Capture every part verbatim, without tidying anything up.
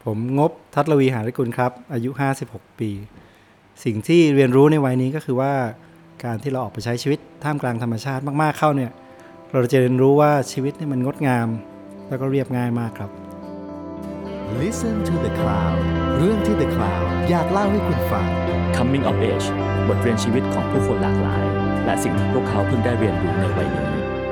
ผมงบทัตรวีหาริกุลครับอายุห้าสิบหกปีสิ่งที่เรียนรู้ในวัยนี้ก็คือว่าการที่เราออกไปใช้ชีวิตท่ามกลางธรรมชาติมากๆเข้าเนี่ยเราจะเรียนรู้ว่าชีวิตนี่มันงดงามแล้วก็เรียบง่ายมากครับ Listen to the Cloud เรื่องที่ The Cloud อยากเล่าให้คุณฟัง Coming of Age บทเรียนชีวิตของผู้คนหลากหลายและสิ่งที่พวกเขาเพิ่งได้เรียนรู้ในวัยนี้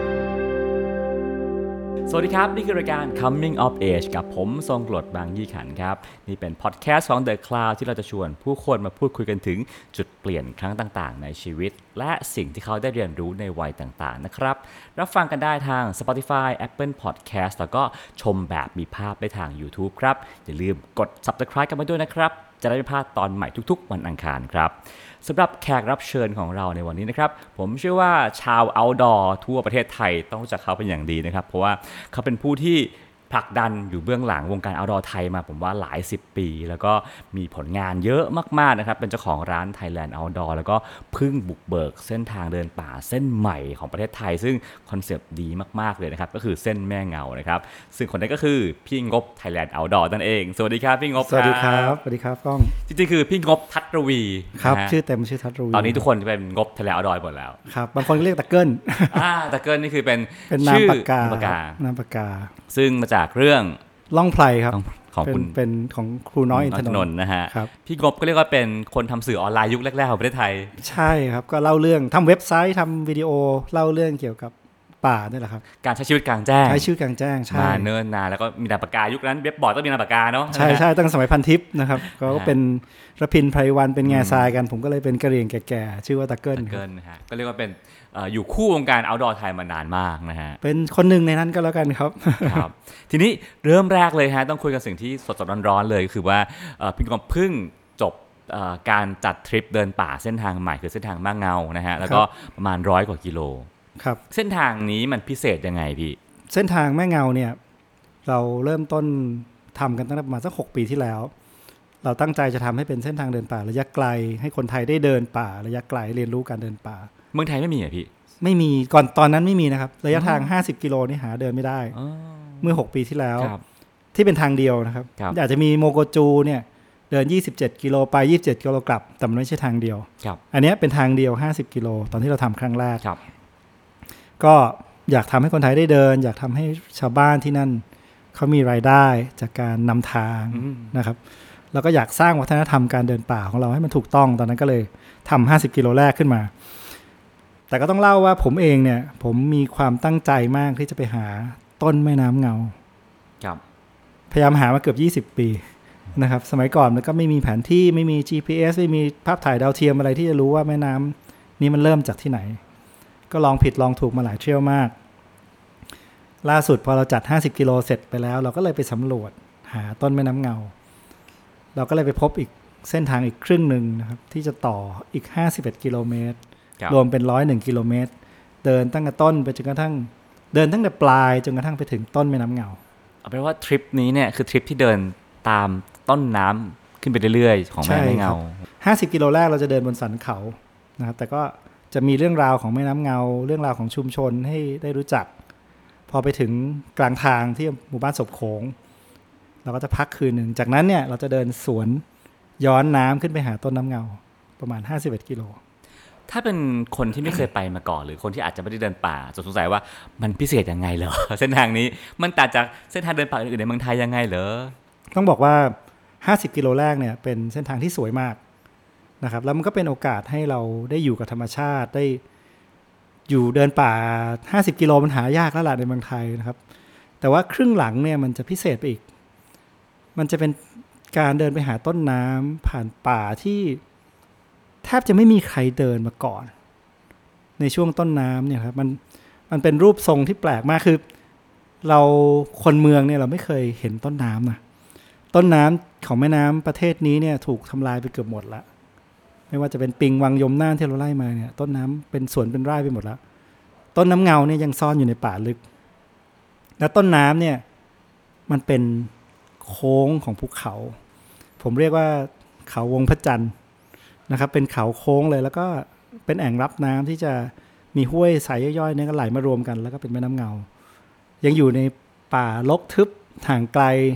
สวัสดีครับนี่คือรายการ Coming of Age กับผมทรงกลดบางยี่ขันครับนี่เป็นพอดแคสต์ของ The Cloud ที่เราจะชวนผู้คนมาพูดคุยกันถึงจุดเปลี่ยนครั้งต่างๆในชีวิตและสิ่งที่เขาได้เรียนรู้ในวัยต่างๆนะครับรับฟังกันได้ทาง Spotify Apple Podcast แล้วก็ชมแบบมีภาพได้ทาง YouTube ครับอย่าลืมกด Subscribe กันมาด้วยนะครับจะได้ไม่พลาดตอนใหม่ทุกๆวันอังคารครับสำหรับแขกรับเชิญของเราในวันนี้นะครับผมเชื่อว่าชาว outdoor ทั่วประเทศไทยต้องรู้จักเขาเป็นอย่างดีนะครับเพราะว่าเขาเป็นผู้ที่ผลักดันอยู่เบื้องหลังวงการ outdoor ไทยมาผมว่าหลายสิบปีแล้วก็มีผลงานเยอะมากๆนะครับเป็นเจ้าของร้าน Thailand Outdoor แล้วก็เพิ่งบุกเบิกเส้นทางเดินป่าเส้นใหม่ของประเทศไทยซึ่งคอนเซปต์ดีมากๆเลยนะครับก็คือเส้นแม่เงานะครับซึ่งคนนั้นก็คือพี่งบ Thailand Outdoor นั่นเองสวัสดีครับพี่งบสวัสดีครับสวัสดีครับก้องจริงๆคือพี่งบทัตรวีครับชื่อเต็มชื่อทัตรวีตอนนี้ทุกคนเป็นงบ Thailand Outdoor หมดแล้วครับบางคนเรียกตะเกิ้ลอ่าตะเกิ้ลนี่คือเป็นเป็นนามปากกานามปากกาซึ่งมาจากเรื่องล่องไพรครับของคุณเป็นของครูน้อยอินทนนท์นะฮะครับพี่งบก็เรียกว่าเป็นคนทำสื่อออนไลน์ยุคแรกๆของประเทศไทยใช่ครับก็เล่าเรื่องทำเว็บไซต์ทำวิดีโอเล่าเรื่องเกี่ยวกับป่านี่แหละครับการใช้ชีวิตกลางแจ้งใช้ชีวิตกลางแจ้งใช่มาเนิ่นนานแล้วก็มีนามปากกายุคนั้นเว็บบอร์ดต้องมีนามปากกาเนาะใช่ใช่ตั้งสมัยพันทิปนะครับก็เป็นระพินไพรวันเป็นแง่ทรายกันผมก็เลยเป็นกระเหรี่ยงแก่ๆชื่อว่าตะเกิ้ลตะเกิ้ลนะฮะก็เรียกว่าเป็นอยู่คู่วงการ outdoor ไทยมานานมากนะฮะเป็นคนหนึ่งในนั้นก็แล้วกันครับครับทีนี้เริ่มแรกเลยฮะต้องคุยกันสิ่งที่สดๆร้อนๆเลยคือว่าพี่กองเพิ่งจบการจัดทริปเดินป่าเส้นทางใหม่คือเส้นทางมะเงานะฮะแล้วก็ประมาณร้อยกว่ากิโลครับเส้นทางนี้มันพิเศษยังไงพี่เส้นทางแม่เงาเนี่ยเราเริ่มต้นทำกันตั้งแต่ประมาณสักหกปีที่แล้วเราตั้งใจจะทำให้เป็นเส้นทางเดินป่าระยะไกลให้คนไทยได้เดินป่าระยะไกลเรียนรู้การเดินป่าเมืองไทยไม่มีอ่ะพี่ไม่มีก่อนตอนนั้นไม่มีนะครับระยะทางห้าสิบกิโลนี่หาเดินไม่ได้เมื่อหกปีที่แล้วที่เป็นทางเดียวนะครับอาจจะมีโมโกจูเนี่ยเดินยี่สิบเจ็ดกิโลไปยี่สิบเจ็ดกิโลกลับแต่มันไม่ใช่ทางเดียวอันนี้เป็นทางเดียวห้าสิบกิโลตอนที่เราทำครั้งแรกก็อยากทำให้คนไทยได้เดินอยากทำให้ชาวบ้านที่นั่นเขามีรายได้จากการนำทางนะครับแล้วก็อยากสร้างวัฒนธรรมการเดินป่าของเราให้มันถูกต้องตอนนั้นก็เลยทำห้าสิบกิโลแรกขึ้นมาแต่ก็ต้องเล่าว่าผมเองเนี่ยผมมีความตั้งใจมากที่จะไปหาต้นแม่น้ำเงาครับพยายามหามาเกือบยี่สิบปีนะครับสมัยก่อนมันก็ไม่มีแผนที่ไม่มี จี พี เอส ไม่มีภาพถ่ายดาวเทียมอะไรที่จะรู้ว่าแม่น้ำนี้มันเริ่มจากที่ไหนก็ลองผิดลองถูกมาหลายเที่ยวมากล่าสุดพอเราจัดห้าสิบกิโลเสร็จไปแล้วเราก็เลยไปสำรวจหาต้นแม่น้ำเงาเราก็เลยไปพบอีกเส้นทางอีกครึ่งนึงนะครับที่จะต่ออีกห้าสิบเอ็ดกิโลเมตรรวมเป็นหนึ่งร้อยเอ็ดกิโลเมตรเดินตั้งแต่ต้นไปจนกระทั่งเดินตั้งแต่ปลายจนกระทั่งไปถึงต้นแม่น้ำเงาเอาเป็นว่าทริปนี้เนี่ยคือทริปที่เดินตามต้นน้ำขึ้นไปเรื่อยๆของแม่น้ำเงาห้าสิบกิโลแรกเราจะเดินบนสันเขานะครับแต่ก็จะมีเรื่องราวของแม่น้ำเงาเรื่องราวของชุมชนให้ได้รู้จักพอไปถึงกลางทางที่หมู่บ้านศพโขงเราก็จะพักคืนหนึ่งจากนั้นเนี่ยเราจะเดินสวนย้อนน้ำขึ้นไปหาต้นน้ำเงาประมาณห้าสิบเอ็ดกิโลถ้าเป็นคนที่ไม่เคยไปมาก่อนหรือคนที่อาจจะไม่ได้เดินป่าจะสงสัยว่ามันพิเศษยังไงเหรอเส้นทางนี้มันต่างจากเส้นทางเดินป่าอื่นในเมืองไทยยังไงเหรอต้องบอกว่าห้าสิบกิโลแรกเนี่ยเป็นเส้นทางที่สวยมากนะครับแล้วมันก็เป็นโอกาสให้เราได้อยู่กับธรรมชาติได้อยู่เดินป่าห้าสิบกิโลมันหายากแล้วล่ะในเมืองไทยนะครับแต่ว่าครึ่งหลังเนี่ยมันจะพิเศษไปอีกมันจะเป็นการเดินไปหาต้นน้ำผ่านป่าที่แทบจะไม่มีใครเดินมาก่อนในช่วงต้นน้ำเนี่ยครับมันมันเป็นรูปทรงที่แปลกมากคือเราคนเมืองเนี่ยเราไม่เคยเห็นต้นน้ำนะต้นน้ำของแม่น้ำประเทศนี้เนี่ยถูกทำลายไปเกือบหมดละไม่ว่าจะเป็นปิงวังยมน่านที่เราไล่มาเนี่ยต้นน้ำเป็นสวนเป็นไร่ไปหมดแล้วต้นน้ำเงาเนี่ยยังซ่อนอยู่ในป่าลึกแล้วต้นน้ำเนี่ยมันเป็นโค้งของภูเขาผมเรียกว่าเขาวงพระจันทร์นะครับเป็นเขาโค้งเลยแล้วก็เป็นแอ่งรับน้ำที่จะมีห้วยสายย่อยๆเนี่ยก็ไหลมารวมกันแล้วก็เป็นแม่น้ำเงายังอยู่ในป่ารกทึบห่างไกล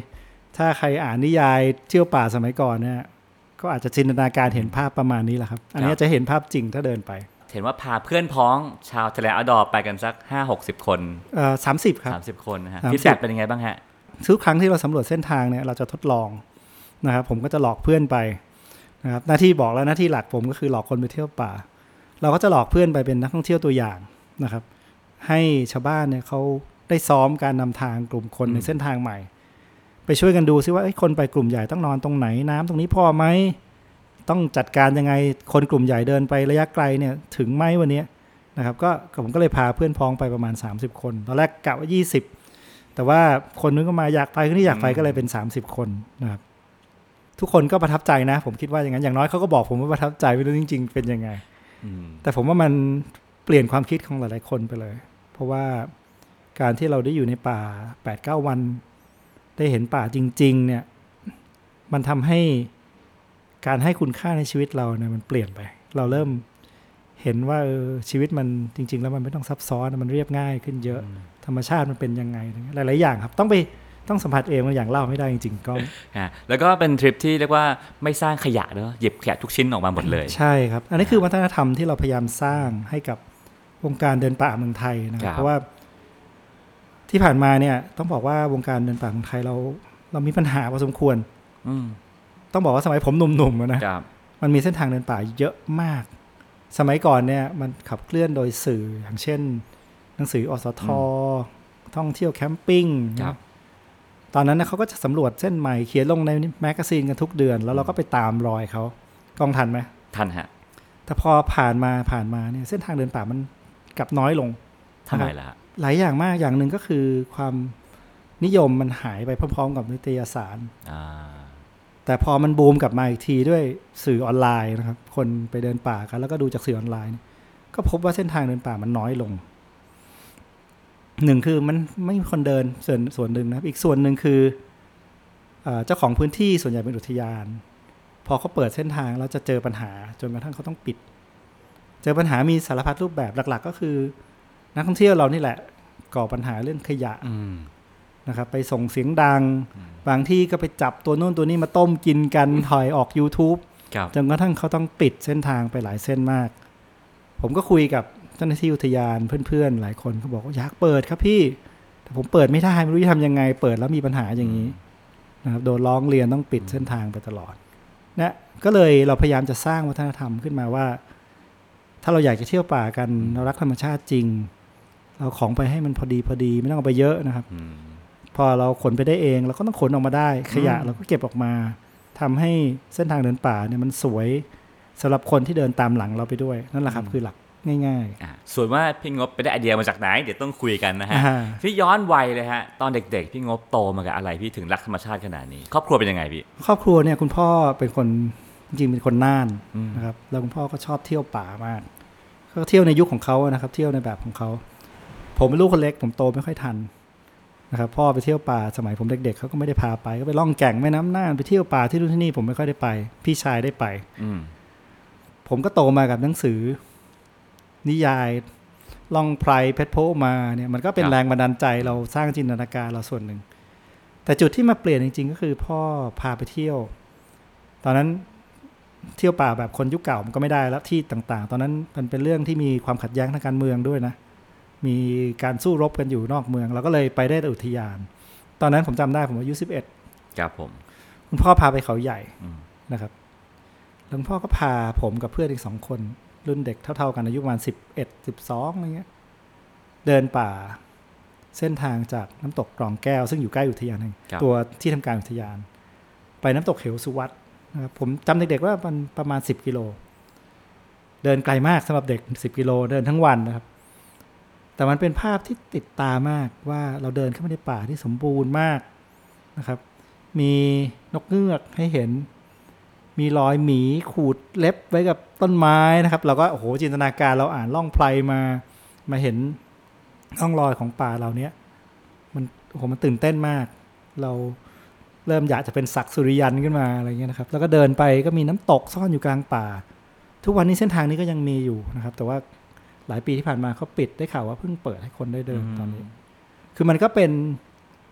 ถ้าใครอ่านนิยายเที่ยวป่าสมัยก่อนเนี่ยก็อาจจะจินตนาการเห็นภาพประมาณนี้แหละครับอันนี้จะเห็นภาพจริงถ้าเดินไปเห็นว่าพาเพื่อนพ้องชาวทะเลอัลดอร์ไปกันสัก ห้าหกสิบ คนเอ่อสามสิบครับสามสิบคนนะฮะฟีดแบ็กเป็นยังไงบ้างฮะทุกครั้งที่เราสำรวจเส้นทางเนี่ยเราจะทดลองนะครับผมก็จะหลอกเพื่อนไปนะครับหน้าที่บอกแล้วหน้าที่หลักผมก็คือหลอกคนไปเที่ยวป่าเราก็จะหลอกเพื่อนไปเป็นนักท่องเที่ยวตัวอย่างนะครับให้ชาวบ้านเนี่ยเขาได้ซ้อมการนำทางกลุ่มคนในเส้นทางใหม่ไปช่วยกันดูซิว่าคนไปกลุ่มใหญ่ต้องนอนตรงไหนน้ำตรงนี้พอไหมต้องจัดการยังไงคนกลุ่มใหญ่เดินไประยะไกลเนี่ยถึงไหมวันนี้นะครับก็ผมก็เลยพาเพื่อนพ้องไปประมาณสามสิบคนตอนแรกกะว่ายี่สิบแต่ว่าคนนึงก็มาอยากไปคนที่อยากไปก็เลยเป็นสามสิบคนนะครับทุกคนก็ประทับใจนะผมคิดว่าอย่างนั้นอย่างน้อยเขาก็บอกผมว่าประทับใจไม่รู้จริงๆเป็นยังไงแต่ผมว่ามันเปลี่ยนความคิดของหลายๆคนไปเลยเพราะว่าการที่เราได้อยู่ในป่า แปดถึงเก้า วันได้เห็นป่าจริงๆเนี่ยมันทำให้การให้คุณค่าในชีวิตเราเนี่ยมันเปลี่ยนไปเราเริ่มเห็นว่าเออชีวิตมันจริงๆแล้วมันไม่ต้องซับซ้อนมันเรียบง่ายขึ้นเยอะธรรมชาติมันเป็นยังไงหลายๆอย่างครับต้องไปต้องสัมผัสเองบางอย่างเล่าไม่ได้จริงๆก็แล้วก็เป็นทริปที่เรียกว่าไม่สร้างขยะเนอะหยิบขยะทุกชิ้นออกมาหมดเลยใช่ครับอันนี้คือวัฒนธรรมที่เราพยายามสร้างให้กับวงการเดินป่าเมืองไทยนะครับเพราะว่าที่ผ่านมาเนี่ยต้องบอกว่าวงการเดินป่าเมืองไทยเราเรามีปัญหาพอสมควรต้องบอกว่าสมัยผมหนุ่มๆนะมันมีเส้นทางเดินป่าเยอะมากสมัยก่อนเนี่ยมันขับเคลื่อนโดยสื่ออย่างเช่นหนังสืออสท.ท่องเที่ยวแคมปิ้งตอนนั้นนะเขาก็จะสำรวจเส้นใหม่เขียนลงในแมกกาซีนกันทุกเดือนแล้วเราก็ไปตามรอยเขากองทันไหมทันฮะแต่พอผ่านมาผ่านมาเนี่ยเส้นทางเดินป่ามันกลับน้อยลงทำไมล่ะหลายอย่างมากอย่างหนึ่งก็คือความนิยมมันหายไปพร้อมๆกับนิตยสารแต่พอมันบูมกลับมาอีกทีด้วยสื่อออนไลน์นะครับคนไปเดินป่ากันแล้วก็ดูจากสื่อออนไลน์ก็พบว่าเส้นทางเดินป่ามันน้อยลงหนึ่งคือมันไม่มีคนเดินส่วนส่วนหนึ่งนะครับอีกส่วนหนึ่งคือเจ้าของพื้นที่ส่วนใหญ่เป็นอุทยานพอเขาเปิดเส้นทางแล้วจะเจอปัญหาจนกระทั่งเขาต้องปิดเจอปัญหามีสารพัดรูปแบบหลักๆก็คือนักท่องเที่ยวเรานี่แหละก่อปัญหาเรื่องขยะนะครับไปส่งเสียงดังบางที่ก็ไปจับตัวโน่นตัวนี้มาต้มกินกันถอยออก YouTube จนกระทั่งเขาต้องปิดเส้นทางไปหลายเส้นมากผมก็คุยกับเจ้าหน้าที่อุทยานเพื่อนๆหลายคนเขาบอกว่าอยากเปิดครับพี่แต่ผมเปิดไม่ได้ไม่รู้จะทำยังไงเปิดแล้วมีปัญหาอย่างนี้นะครับโดนร้องเรียนต้องปิดเส้นทางไปตลอดนะก็เลยเราพยายามจะสร้างวัฒนธรรมขึ้นมาว่าถ้าเราอยากจะเที่ยวป่ากันเรารักธรรมชาติจริงเราของไปให้มันพอดีพอดีไม่ต้องเอาไปเยอะนะครับพอเราขนไปได้เองเราก็ต้องขนออกมาได้ขยะเราก็เก็บออกมาทำให้เส้นทางเดินป่าเนี่ยมันสวยสำหรับคนที่เดินตามหลังเราไปด้วยนั่นแหละครับคือหลักง่ายๆส่วนว่าพี่งบไปได้ไอเดียมาจากไหนเดี๋ยวต้องคุยกันนะฮะพี่ย้อนวัยเลยฮะตอนเด็กๆพี่งบโตมากับอะไรพี่ถึงรักธรรมชาติขนาดนี้ครอบครัวเป็นยังไงพี่ครอบครัวเนี่ยคุณพ่อเป็นคนจริงๆเป็นคนน่านนะครับแล้วคุณพ่อก็ชอบเที่ยวป่ามากก็เที่ยวในยุคของเขานะครับเที่ยวในแบบของเขาผมเป็นลูกคนเล็กผมโตไม่ค่อยทันนะครับพ่อไปเที่ยวป่าสมัยผมเด็กๆเขาก็ไม่ได้พาไปก็ไปล่องแก่งแม่น้ำน่านไปเที่ยวป่าที่นู่นที่นี่ผมไม่ค่อยได้ไปพี่ชายได้ไปผมก็โตมากับหนังสือนิยายล่องไพรเพชรโพมาเนี่ยมันก็เป็นแรงบันดาลใจเราสร้างจินตนาการเราส่วนหนึ่งแต่จุดที่มาเปลี่ยนจริงๆก็คือพ่อพาไปเที่ยวตอนนั้นเที่ยวป่าแบบคนยุคเก่ามันก็ไม่ได้แล้วที่ต่างๆตอนนั้นมันเป็นเรื่องที่มีความขัดแย้งทางการเมืองด้วยนะมีการสู้รบกันอยู่นอกเมืองเราก็เลยไปได้อุทยานตอนนั้นผมจำได้ผมอายุสิบเอ็ดครับผมคุณพ่อพาไปเขาใหญ่นะครับแล้วคุณพ่อก็พาผมกับเพื่อนอีกสองคนรุ่นเด็กเท่าๆกันอายุประมาณสิบเอ็ด สิบสองอะไรเงี้ยเดินป่าเส้นทางจากน้ำตกกรองแก้วซึ่งอยู่ใกล้อุทยานนึงตัวที่ทำการอุทยานไปน้ำตกเหวสุวัตนะครับผมจำเด็กๆว่ามันประมาณสิบกิโลเดินไกลมากสำหรับเด็กสิบกิโลเดินทั้งวันนะครับแต่มันเป็นภาพที่ติดตามากว่าเราเดินเข้ามาในป่าที่สมบูรณ์มากนะครับมีนกเงือกให้เห็นมีรอยหมีขูดเล็บไว้กับต้นไม้นะครับเราก็โอ้โหจินตนาการเราอ่านล่องไพรมามาเห็นร่องรอยของป่าเราเนี้ยมันโอ้โหมันตื่นเต้นมากเราเริ่มอยากจะเป็นศักดิ์สุริยันขึ้นมาอะไรเงี้ยนะครับแล้วก็เดินไปก็มีน้ำตกซ่อนอยู่กลางป่าทุกวันนี้เส้นทางนี้ก็ยังมีอยู่นะครับแต่ว่าหลายปีที่ผ่านมาเขาปิดได้ข่าวว่าเพิ่งเปิดให้คนได้เดินตอนนี้คือมันก็เป็น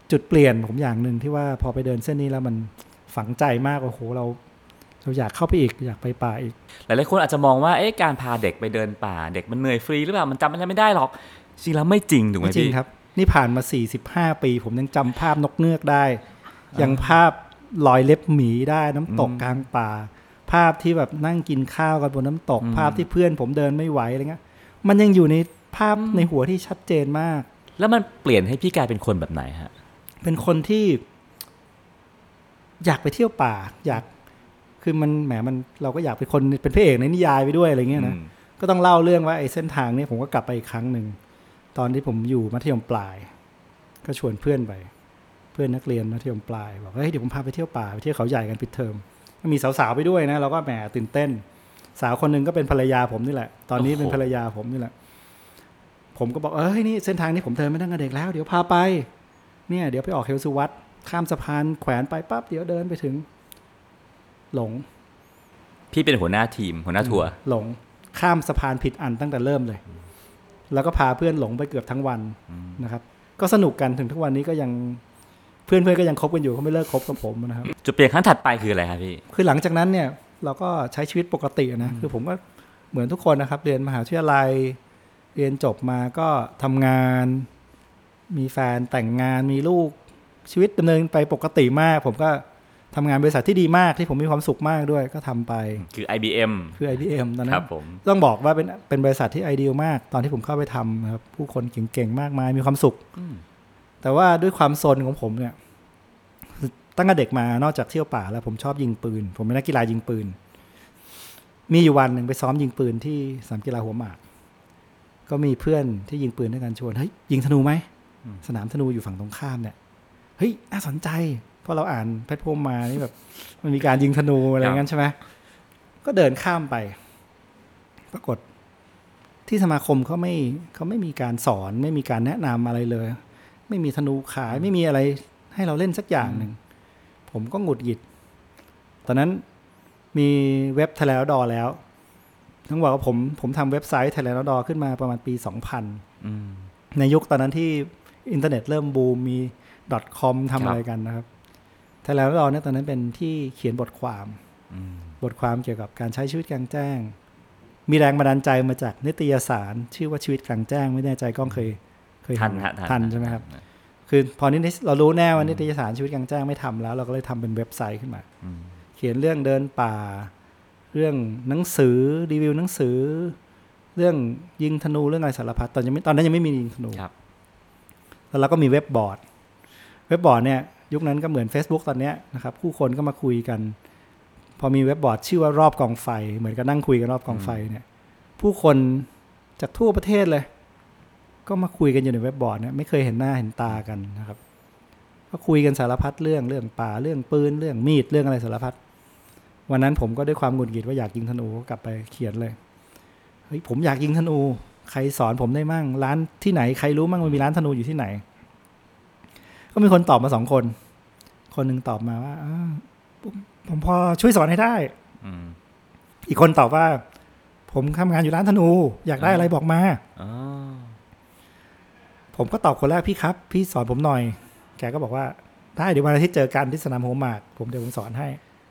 จุดเปลี่ยนผมอย่างนึงที่ว่าพอไปเดินเส้นนี้แล้วมันฝังใจมากโอ้โหเราเราอยากเข้าไปอีกอยากไปป่าอีกหลายๆคนอาจจะมองว่าเอ๊ะการพาเด็กไปเดินป่าเด็กมันเหนื่อยฟรีหรือเปล่ามันจำอะไรไม่ได้หรอกจริงแล้วไม่จริงถูกไหมพี่จริงครับนี่ผ่านมาสี่สิบห้าปีผมยังจำภาพนกเงือกได้ยังภาพรอยเล็บหมีได้น้ำตกกลางป่าภาพที่แบบนั่งกินข้าวกันบนน้ำตกภาพที่เพื่อนผมเดินไม่ไหวอะไรเงี้ยมันยังอยู่ในภาพในหัวที่ชัดเจนมากแล้วมันเปลี่ยนให้พี่กลายเป็นคนแบบไหนฮะเป็นคนที่อยากไปเที่ยวป่าอยากคือมันแหมมันเราก็อยากเป็นคนเป็นพระเอกในนิยายไปด้วยอะไรเงี้ยนะก็ต้องเล่าเรื่องว่าไอ้เส้นทางนี้ผมก็กลับไปอีกครั้งหนึ่งตอนที่ผมอยู่มัธยมปลายก็ชวนเพื่อนไปเพื่อนนักเรียนมัธยมปลายบอกว่าเฮ้ยเดี๋ยวผมพาไปเที่ยวป่าไปเที่ยวเขาใหญ่กันปิดเทอมก็มีสาวๆไปด้วยนะเราก็แหมตื่นเต้นสาวคนนึงก็เป็นภรรยาผมนี่แหละตอนนี้เป็นภรรยาผมนี่แหละผมก็บอกเอ้ยนี่เส้นทางนี้ผมเดินมาตั้งแต่เด็กแล้วเดี๋ยวพาไปเนี่ยเดี๋ยวไปออกเฮลซูวัตข้ามสะพานแขวนไปปั๊บเดี๋ยวเดินไปถึงหลงพี่เป็นหัวหน้าทีมหัวหน้าทัวร์หลงข้ามสะพานผิดอันตั้งแต่เริ่มเลยแล้วก็พาเพื่อนหลงไปเกือบทั้งวันนะครับก็สนุกกันถึงทุกวันนี้ก็ยังเพื่อนเพื่อนก็ยังคบกันอยู่เขาไม่เลิกคบกับผมนะครับจุดเปลี่ยนครั้งถัดไปคืออะไรครับพี่คือหลังจากนั้นเนี่ยเราก็ใช้ชีวิตปกตินะคือผมก็เหมือนทุกคนนะครับเรียนมหาวิทยาลัยเรียนจบมาก็ทำงานมีแฟนแต่งงานมีลูกชีวิตดำเนินไปปกติมากผมก็ทำงานบริษัทที่ดีมากที่ผมมีความสุขมากด้วยก็ทำไปคือ ไอ บี เอ็มคือ ไอ บี เอ็ม ตอนนั้นครับผมต้องบอกว่าเป็นเป็นบริษัทที่ไอเดียลมากตอนที่ผมเข้าไปทำนะครับผู้คนเก่งๆมากมายมีความสุขแต่ว่าด้วยความซนของผมเนี่ยตั้งแต่เด็กมานอกจากเที่ยวป่าแล้วผมชอบยิงปืนผมเป็นนักกีฬายิงปืนมีอยู่วันหนึ่งไปซ้อมยิงปืนที่สนามกีฬาหัวหมากก็มีเพื่อนที่ยิงปืนด้วยกันชวนเฮ้ยยิงธนูไหมสนามธนูอยู่ฝั่งตรงข้ามเนี่ยเฮ้ยน่าสนใจเพราะเราอ่านแพทย์พมมานี่แบบมันมีการยิงธนูอะไรงั้นใช่ไหมก็เดินข้ามไปปรากฏที่สมาคมเขาไม่เขาไม่มีการสอนไม่มีการแนะนำอะไรเลยไม่มีธนูขายไม่มีอะไรให้เราเล่นสักอย่างหนึ่งผมก็หงุดหงิดตอนนั้นมีเว็บ Thailand Outdoor แล้วต้องบอกว่าผมผมทำเว็บไซต์ Thailand Outdoor ขึ้นมาประมาณปีสองพันในยุคตอนนั้นที่อินเทอร์เน็ตเริ่มบูมมี .com ทำอะไรกันนะครับ Thailand Outdoor เนี่ยตอนนั้นเป็นที่เขียนบทความบทความเกี่ยวกับการใช้ชีวิตกลางแจ้งมีแรงบันดาลใจมาจากนิตยสารชื่อว่าชีวิตกลางแจ้งไม่แน่ใจก้องเคยเคยทันทันใช่ไหมครับคือพอนี้เรารู้แน่ว่านิตยสารชีวิตกลางแจ้งไม่ทำแล้วเราก็เลยทำเป็นเว็บไซต์ขึ้นมาเขียนเรื่องเดินป่าเรื่องหนังสือรีวิวหนังสือเรื่องยิงธนูเรื่องอะไรสารพัดตอนยังไม่ตอนนั้นยังไม่มียิงธนูแล้วเราก็มีเว็บบอร์ดเว็บบอร์ดเนี่ยยุคนั้นก็เหมือน Facebook ตอนนี้นะครับผู้คนก็มาคุยกันพอมีเว็บบอร์ดชื่อว่ารอบกองไฟเหมือนกับนั่งคุยกันรอบกองไฟเนี่ยผู้คนจากทั่วประเทศเลยก็มาคุยกันอยู่ในเว็บบอร์ดเนี่ยไม่เคยเห็นหน้าเห็นตากันนะครับก็คุยกันสารพัดเรื่องเรื่องป่าเรื่องปืนเรื่องมีดเรื่องอะไรสารพัดวันนั้นผมก็ด้วยความหงุดหงิดว่าอยากยิงธนูก็กลับไปเขียนเลยเฮ้ยผมอยากยิงธนูใครสอนผมได้มั่งร้านที่ไหนใครรู้มั่งมันมีร้านธนูอยู่ที่ไหนก็มีคนตอบมาสองคนคนนึงตอบมาว่าผมพอช่วยสอนให้ได้อีกคนตอบว่าผมทำงานอยู่ร้านธนูอยากได้อะไรบอกมาผมก็ตอบคนแรกพี่ครับพี่สอนผมหน่อยแกก็บอกว่าได้เดี๋ยววันอาทิตย์เจอกันที่สนามหัวหมากผมเดี๋ยวผมสอนให้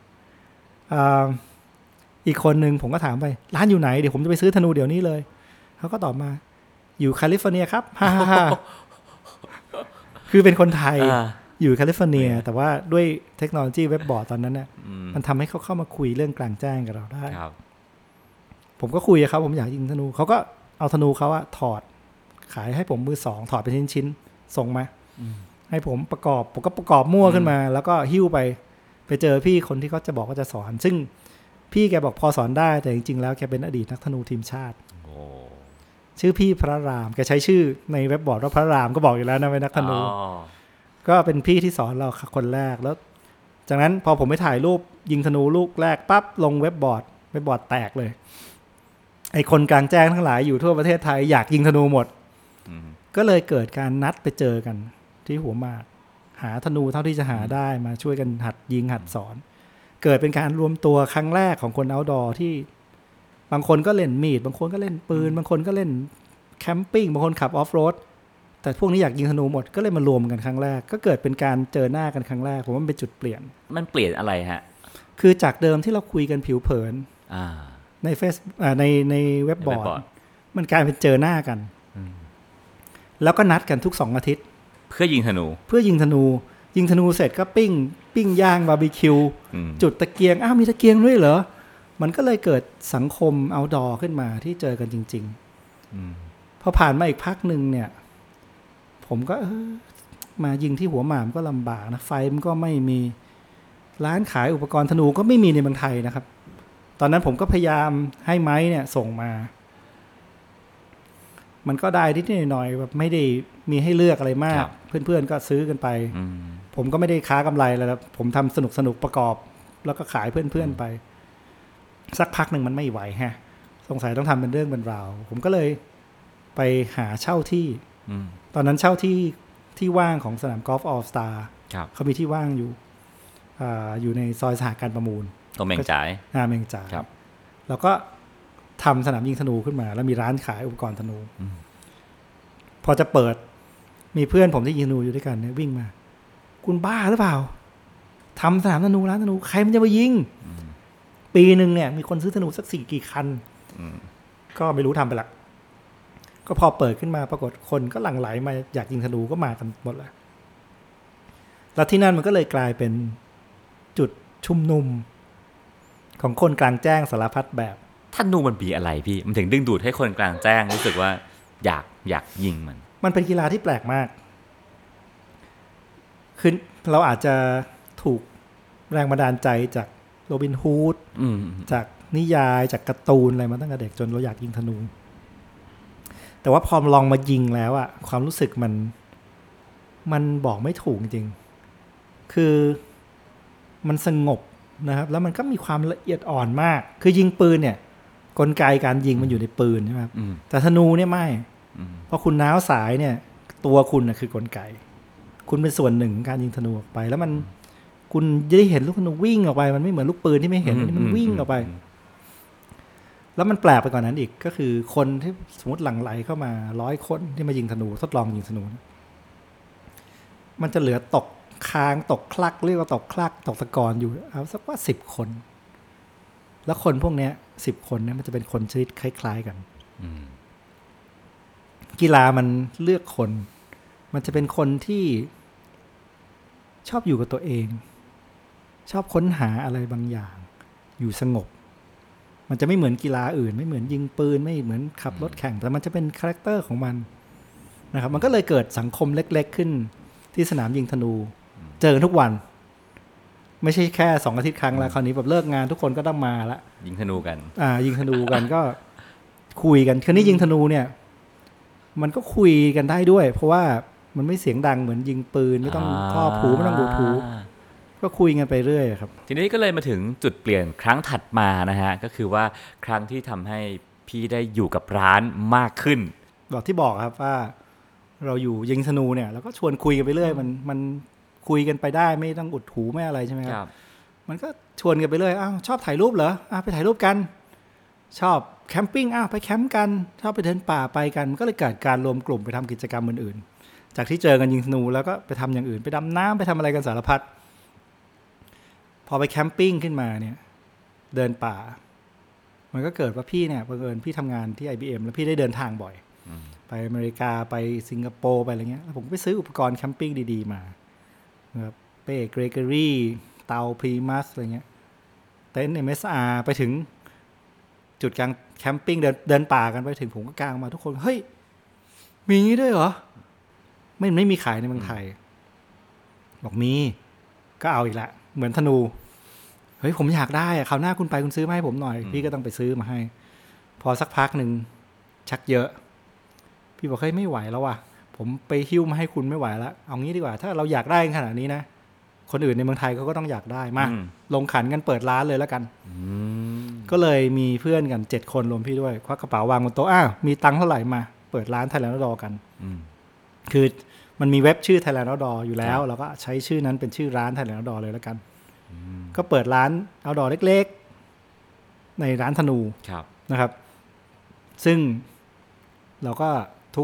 อีกคนนึงผมก็ถามไปร้านอยู่ไหนเดี๋ยวผมจะไปซื้อธนูเดี๋ยวนี้เลยเขาก็ตอบมาอยู่แคลิฟอร์เนียครับฮ่าฮ่าคือเป็นคนไทยอยู่แคลิฟอร์เนียแต่ว่าด้วยเทคโนโลยีเว็บบอร์ดตอนนั้นเนี่ยมันทำให้เขาเข้ามาคุยเรื่องกลางแจ้งกับเราได้ผมก็คุยกับเขาผมอยากยิงธนูเขาก็เอาธนูเขาอะถอดขายให้ผมมือสองถอดเป็นชิ้นๆส่งมาให้ผมประกอบผมก็ประกอบมั่วขึ้นมาแล้วก็หิ้วไปไปเจอพี่คนที่เขาจะบอกว่าจะสอนซึ่งพี่แกบอกพอสอนได้แต่จริงๆแล้วแกเป็นอดีตนักธนูทีมชาติชื่อพี่พระรามแกใช้ชื่อในเว็บบอร์ดว่าพระรามก็บอกอยู่แล้วนะเป็นนักธนูก็เป็นพี่ที่สอนเราคนแรกแล้วจากนั้นพอผมไปถ่ายรูปยิงธนูลูกแรกปั๊บลงเว็บบอร์ดเว็บบอร์ดแตกเลยไอ้คนกลางแจ้งทั้งหลายอยู่ทั่วประเทศไทยอยากยิงธนูหมดก็เลยเกิดการนัดไปเจอกันที่หัวหมากหาธนูเท่าที่จะหาได้มาช่วยกันหัดยิงหัดสอนเกิดเป็นการรวมตัวครั้งแรกของคนเอาท์ดอร์ที่บางคนก็เล่นมีดบางคนก็เล่นปืนบางคนก็เล่นแคมปิ้งบางคนขับออฟโรดแต่พวกนี้อยากยิงธนูหมดก็เลยมารวมกันครั้งแรกก็เกิดเป็นการเจอหน้ากันครั้งแรกผมว่ามันเป็นจุดเปลี่ยนมันเปลี่ยนอะไรฮะคือจากเดิมที่เราคุยกันผิวเผินในเฟซในในเว็บบอร์ดมันกลายเป็นเจอหน้ากันแล้วก็นัดกันทุกสองอาทิตย์เพื่อยิงธนูเพื่อยิงธนูยิงธนูเสร็จก็ปิ้งปิ้งย่างบาร์บีคิวจุดตะเกียงอ้าวมีตะเกียงด้วยเหรอมันก็เลยเกิดสังคมเอาท์ดอร์ขึ้นมาที่เจอกันจริงๆพอผ่านมาอีกพักนึงเนี่ยผมก็เออมายิงที่หัวหมามก็ลำบากนะไฟมันก็ไม่มีร้านขายอุปกรณ์ธนูก็ไม่มีในเมืองไทยนะครับตอนนั้นผมก็พยายามให้ไม้เนี่ยส่งมามันก็ได้นิดหน่อยแบบไม่ได้มีให้เลือกอะไรมากเพื่อนๆก็ซื้อกันไปผมก็ไม่ได้ค้ากำไรแล้วผมทำสนุกสนุกประกอบแล้วก็ขายเพื่อนๆไปสักพักหนึ่งมันไม่ไหวฮะสงสัยต้องทำเป็นเรื่องเป็นราวผมก็เลยไปหาเช่าที่ตอนนั้นเช่าที่ที่ว่างของสนามกอล์ฟออลสตาร์เขามีที่ว่างอยู่อยู่ในซอยสหการประมูลตรงเมงจ่ายอ่าเมงจ่ายแล้วก็ทำสนามยิงธนูขึ้นมาแล้วมีร้านขายอุปกรณ์ธนูพอจะเปิดมีเพื่อนผมที่ยิงธนูอยู่ด้วยกันเนี่ยวิ่งมาคุณบ้าหรือเปล่าทำสนามธนูร้านธนูใครมันจะมายิงปีหนึ่งเนี่ยมีคนซื้อธนูสักสี่กี่คันก็ไม่รู้ทำไปละก็พอเปิดขึ้นมาปรากฏคนก็หลั่งไหลมาอยากยิงธนูก็มากันหมดเลยแล้วที่นั่นมันก็เลยกลายเป็นจุดชุมนุมของคนกลางแจ้งสารพัดแบบธนูมันมีอะไรพี่มันถึงดึงดูดให้คนกลางแจ้งรู้สึกว่าอยากอยากยิงมันมันเป็นกีฬาที่แปลกมากคือเราอาจจะถูกแรงบันดาลใจจากโรบินฮูดจากนิยายจากการ์ตูนอะไรมาตั้งแต่เด็กจนเราอยากยิงธนูแต่ว่าพอลองมายิงแล้วอะความรู้สึกมันมันบอกไม่ถูกจริงคือมันสงบนะครับแล้วมันก็มีความละเอียดอ่อนมากคือยิงปืนเนี่ยกลไกการยิงมันอยู่ในปืนใช่ไหมครับแต่ธนูเนี่ยไม่เพราะคุณน้าวสายเนี่ยตัวคุณนะคือกลไกคุณเป็นส่วนหนึ่งของการยิงธนูออกไปแล้วมันคุณจะได้เห็นลูกธนูวิ่งออกไปมันไม่เหมือนลูกปืนที่ไม่เห็นมันวิ่งออกไปแล้วมันแปลกไปกว่านั้นอีกก็คือคนที่สมมติหลั่งไหลเข้ามาร้อยคนที่มายิงธนูทดลองยิงธนูมันจะเหลือตกค้างตกคลักเรียกว่าตกคลักตกตะกอนอยู่เอาสักว่าสิบคนแล้วคนพวกนี้สิบคนเนี่ยมันจะเป็นคนชนิดคล้ายๆกันกีฬามันเลือกคนมันจะเป็นคนที่ชอบอยู่กับตัวเองชอบค้นหาอะไรบางอย่างอยู่สงบมันจะไม่เหมือนกีฬาอื่นไม่เหมือนยิงปืนไม่เหมือนขับรถแข่งแต่มันจะเป็นคาแรคเตอร์ของมันนะครับมันก็เลยเกิดสังคมเล็กๆขึ้นที่สนามยิงธนูเจอทุกวันไม่ใช่แค่สองอาทิตย์ครั้งแล้วคราวนี้แบบเลิกงานทุกคนก็ต้องมาละยิงธนูกันอ่ายิงธนูกันก็คุยกันคราวนี้ยิงธนูเนี่ยมันก็คุยกันได้ด้วยเพราะว่ามันไม่เสียงดังเหมือนยิงปืนไม่ต้องครอบหูไม่ต้องดูดหูก็คุยกันไปเรื่อยครับทีนี้ก็เลยมาถึงจุดเปลี่ยนครั้งถัดมานะฮะก็คือว่าครั้งที่ทำให้พี่ได้อยู่กับร้านมากขึ้นบอกที่บอกครับว่าเราอยู่ยิงธนูเนี่ยแล้วก็ชวนคุยกันไปเรื่อยมันมันคุยกันไปได้ไม่ต้องอุดหูไม่อะไรใช่ไหมครับมันก็ชวนกันไปเรื่อยอ้าวชอบถ่ายรูปเหรออ้าวไปถ่ายรูปกันชอบแคมปิ้งอ้าวไปแคมป์กันชอบไปเดินป่าไปกันมันก็เลยเกิดการรวมกลุ่มไปทำกิจกรรมอื่นๆจากที่เจอกันยิงธนูแล้วก็ไปทำอย่างอื่นไปดำน้ำไปทำอะไรกันสารพัดพอไปแคมปิ้งขึ้นมาเนี่ยเดินป่ามันก็เกิดว่าพี่เนี่ยบังเอิญพี่ทำงานที่ ไอ บี เอ็ม แล้วพี่ได้เดินทางบ่อยไปอเมริกาไปสิงคโปร์ไปอะไรเงี้ยแล้วผมก็ไปซื้ออุปกรณ์แคมปิ้งดีๆมานะครับเป้เกรเกอรี่เตาพรีมัสอะไรเงี้ยเต็นท์ เอ็ม เอส อาร์ ไปถึงจุดกลางแคมปิ้งเดินเดินป่ากันไปถึงผมก็กางมาทุกคนเฮ้ยมีงี้ด้วยเหรอไม่ไม่มีขายในเมืองไทยบอกมีก็เอาอีกละเหมือนธนูเฮ้ยผมอยากได้อะคราวหน้าคุณไปคุณซื้อมาให้ผมหน่อยพี่ก็ต้องไปซื้อมาให้พอสักพักหนึ่งชักเยอะพี่บอกเฮ้ยไม่ไหวแล้วว่ะผมไปหิ้วมาให้คุณไม่ไหวแล้วเอางี้ดีกว่าถ้าเราอยากได้ขนาดนี้นะคนอื่นในเมืองไทยเขาก็ต้องอยากได้มาลงขันกันเปิดร้านเลยแล้วกันก็เลยมีเพื่อนกันเจ็ดคนรวมพี่ด้วยควักกระเป๋าวางบนโต๊ะอ้าวมีตังค์เท่าไหร่มาเปิดร้าน Thailand Outdoor กันคือมันมีเว็บชื่อ Thailand Outdoor อยู่แล้วเราก็ใช้ชื่อนั้นเป็นชื่อร้าน Thailand Outdoor เลยแล้วกันก็เปิดร้าน Outdoor เล็กๆในร้านธนูนะครับซึ่งเราก็ทุบ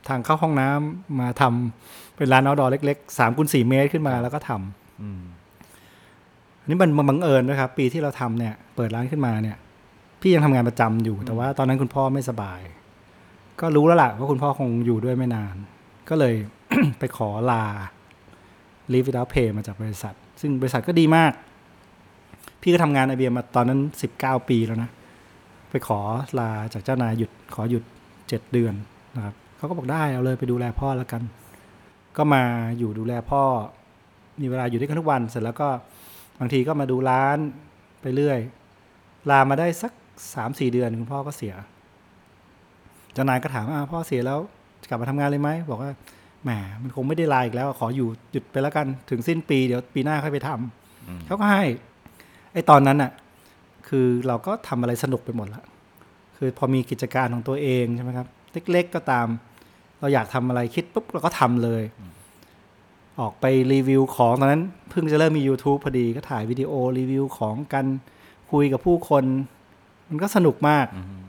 ทางเข้าห้องน้ำมาทำเป็นร้าน outdoor เล็กๆสามคูณสี่เมตรขึ้นมาแล้วก็ทำอันนี้มันบังเอิญนะครับปีที่เราทำเนี่ยเปิดร้านขึ้นมาเนี่ยพี่ยังทำงานประจำอยู่แต่ว่าตอนนั้นคุณพ่อไม่สบายก็รู้แล้วล่ะว่าคุณพ่อคงอยู่ด้วยไม่นานก็เลย ไปขอลา leave without pay มาจากบริษัทซึ่งบริษัทก็ดีมากพี่ก็ทำงาน ไอ บี เอ็ม มาตอนนั้นสิบเก้าปีแล้วนะไปขอลาจากเจ้านายหยุดขอหยุดเจ็ดเดือนนะครับเขาก็บอกได้เอาเลยไปดูแลพ่อแล้วกันก็มาอยู่ดูแลพ่อมีเวลาอยู่ด้วยกันทุกวันเสร็จแล้วก็บางทีก็มาดูร้านไปเรื่อยลามาได้สัก สามสี่ เดือนคุณพ่อก็เสียเจ้านายก็ถามว่าพ่อเสียแล้วกลับมาทำงานเลยไหมบอกว่าแหมมันคงไม่ได้ลาอีกแล้วขออยู่หยุดไปแล้วกันถึงสิ้นปีเดี๋ยวปีหน้าค่อยไปทำเขาก็ให้ไอ้ตอนนั้นน่ะคือเราก็ทำอะไรสนุกไปหมดละคือพอมีกิจการของตัวเองใช่ไหมครับเล็กๆก็ตามเราอยากทำอะไรคิดปุ๊บเราก็ทำเลยออกไปรีวิวของตอนนั้นเพิ่งจะเริ่มมี YouTube พอดีก็ถ่ายวิดีโอรีวิวของกันคุยกับผู้คนมันก็สนุกมาก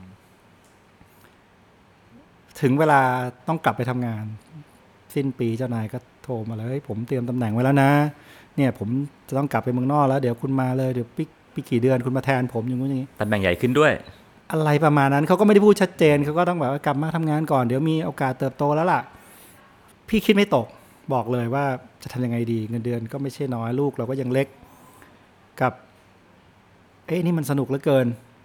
ถึงเวลาต้องกลับไปทำงานสิ้นปีเจ้านายก็โทรมาเลยผมเตรียมตำแหน่งไว้แล้วนะเนี่ยผมจะต้องกลับไปเมืองนอกแล้วเดี๋ยวคุณมาเลยเดี๋ยวปีปีกี่เดือนคุณมาแทนผมอย่างงู้นอย่างนี้ตำแหน่งใหญ่ขึ้นด้วยอะไรประมาณนั้นเขาก็ไม่ได้พูดชัดเจนเขาก็ต้องแบบว่ากลับมาทำงานก่อนเดี๋ยวมีโอกาสเติบโตแล้วล่ะพี่คิดไม่ตกบอกเลยว่าจะทำยังไงดีเงินเดือนก็ไม่ใช่น้อยลูกเราก็ยังเล็กกับเอ๊ะนี่มันสนุกเหลือเกิน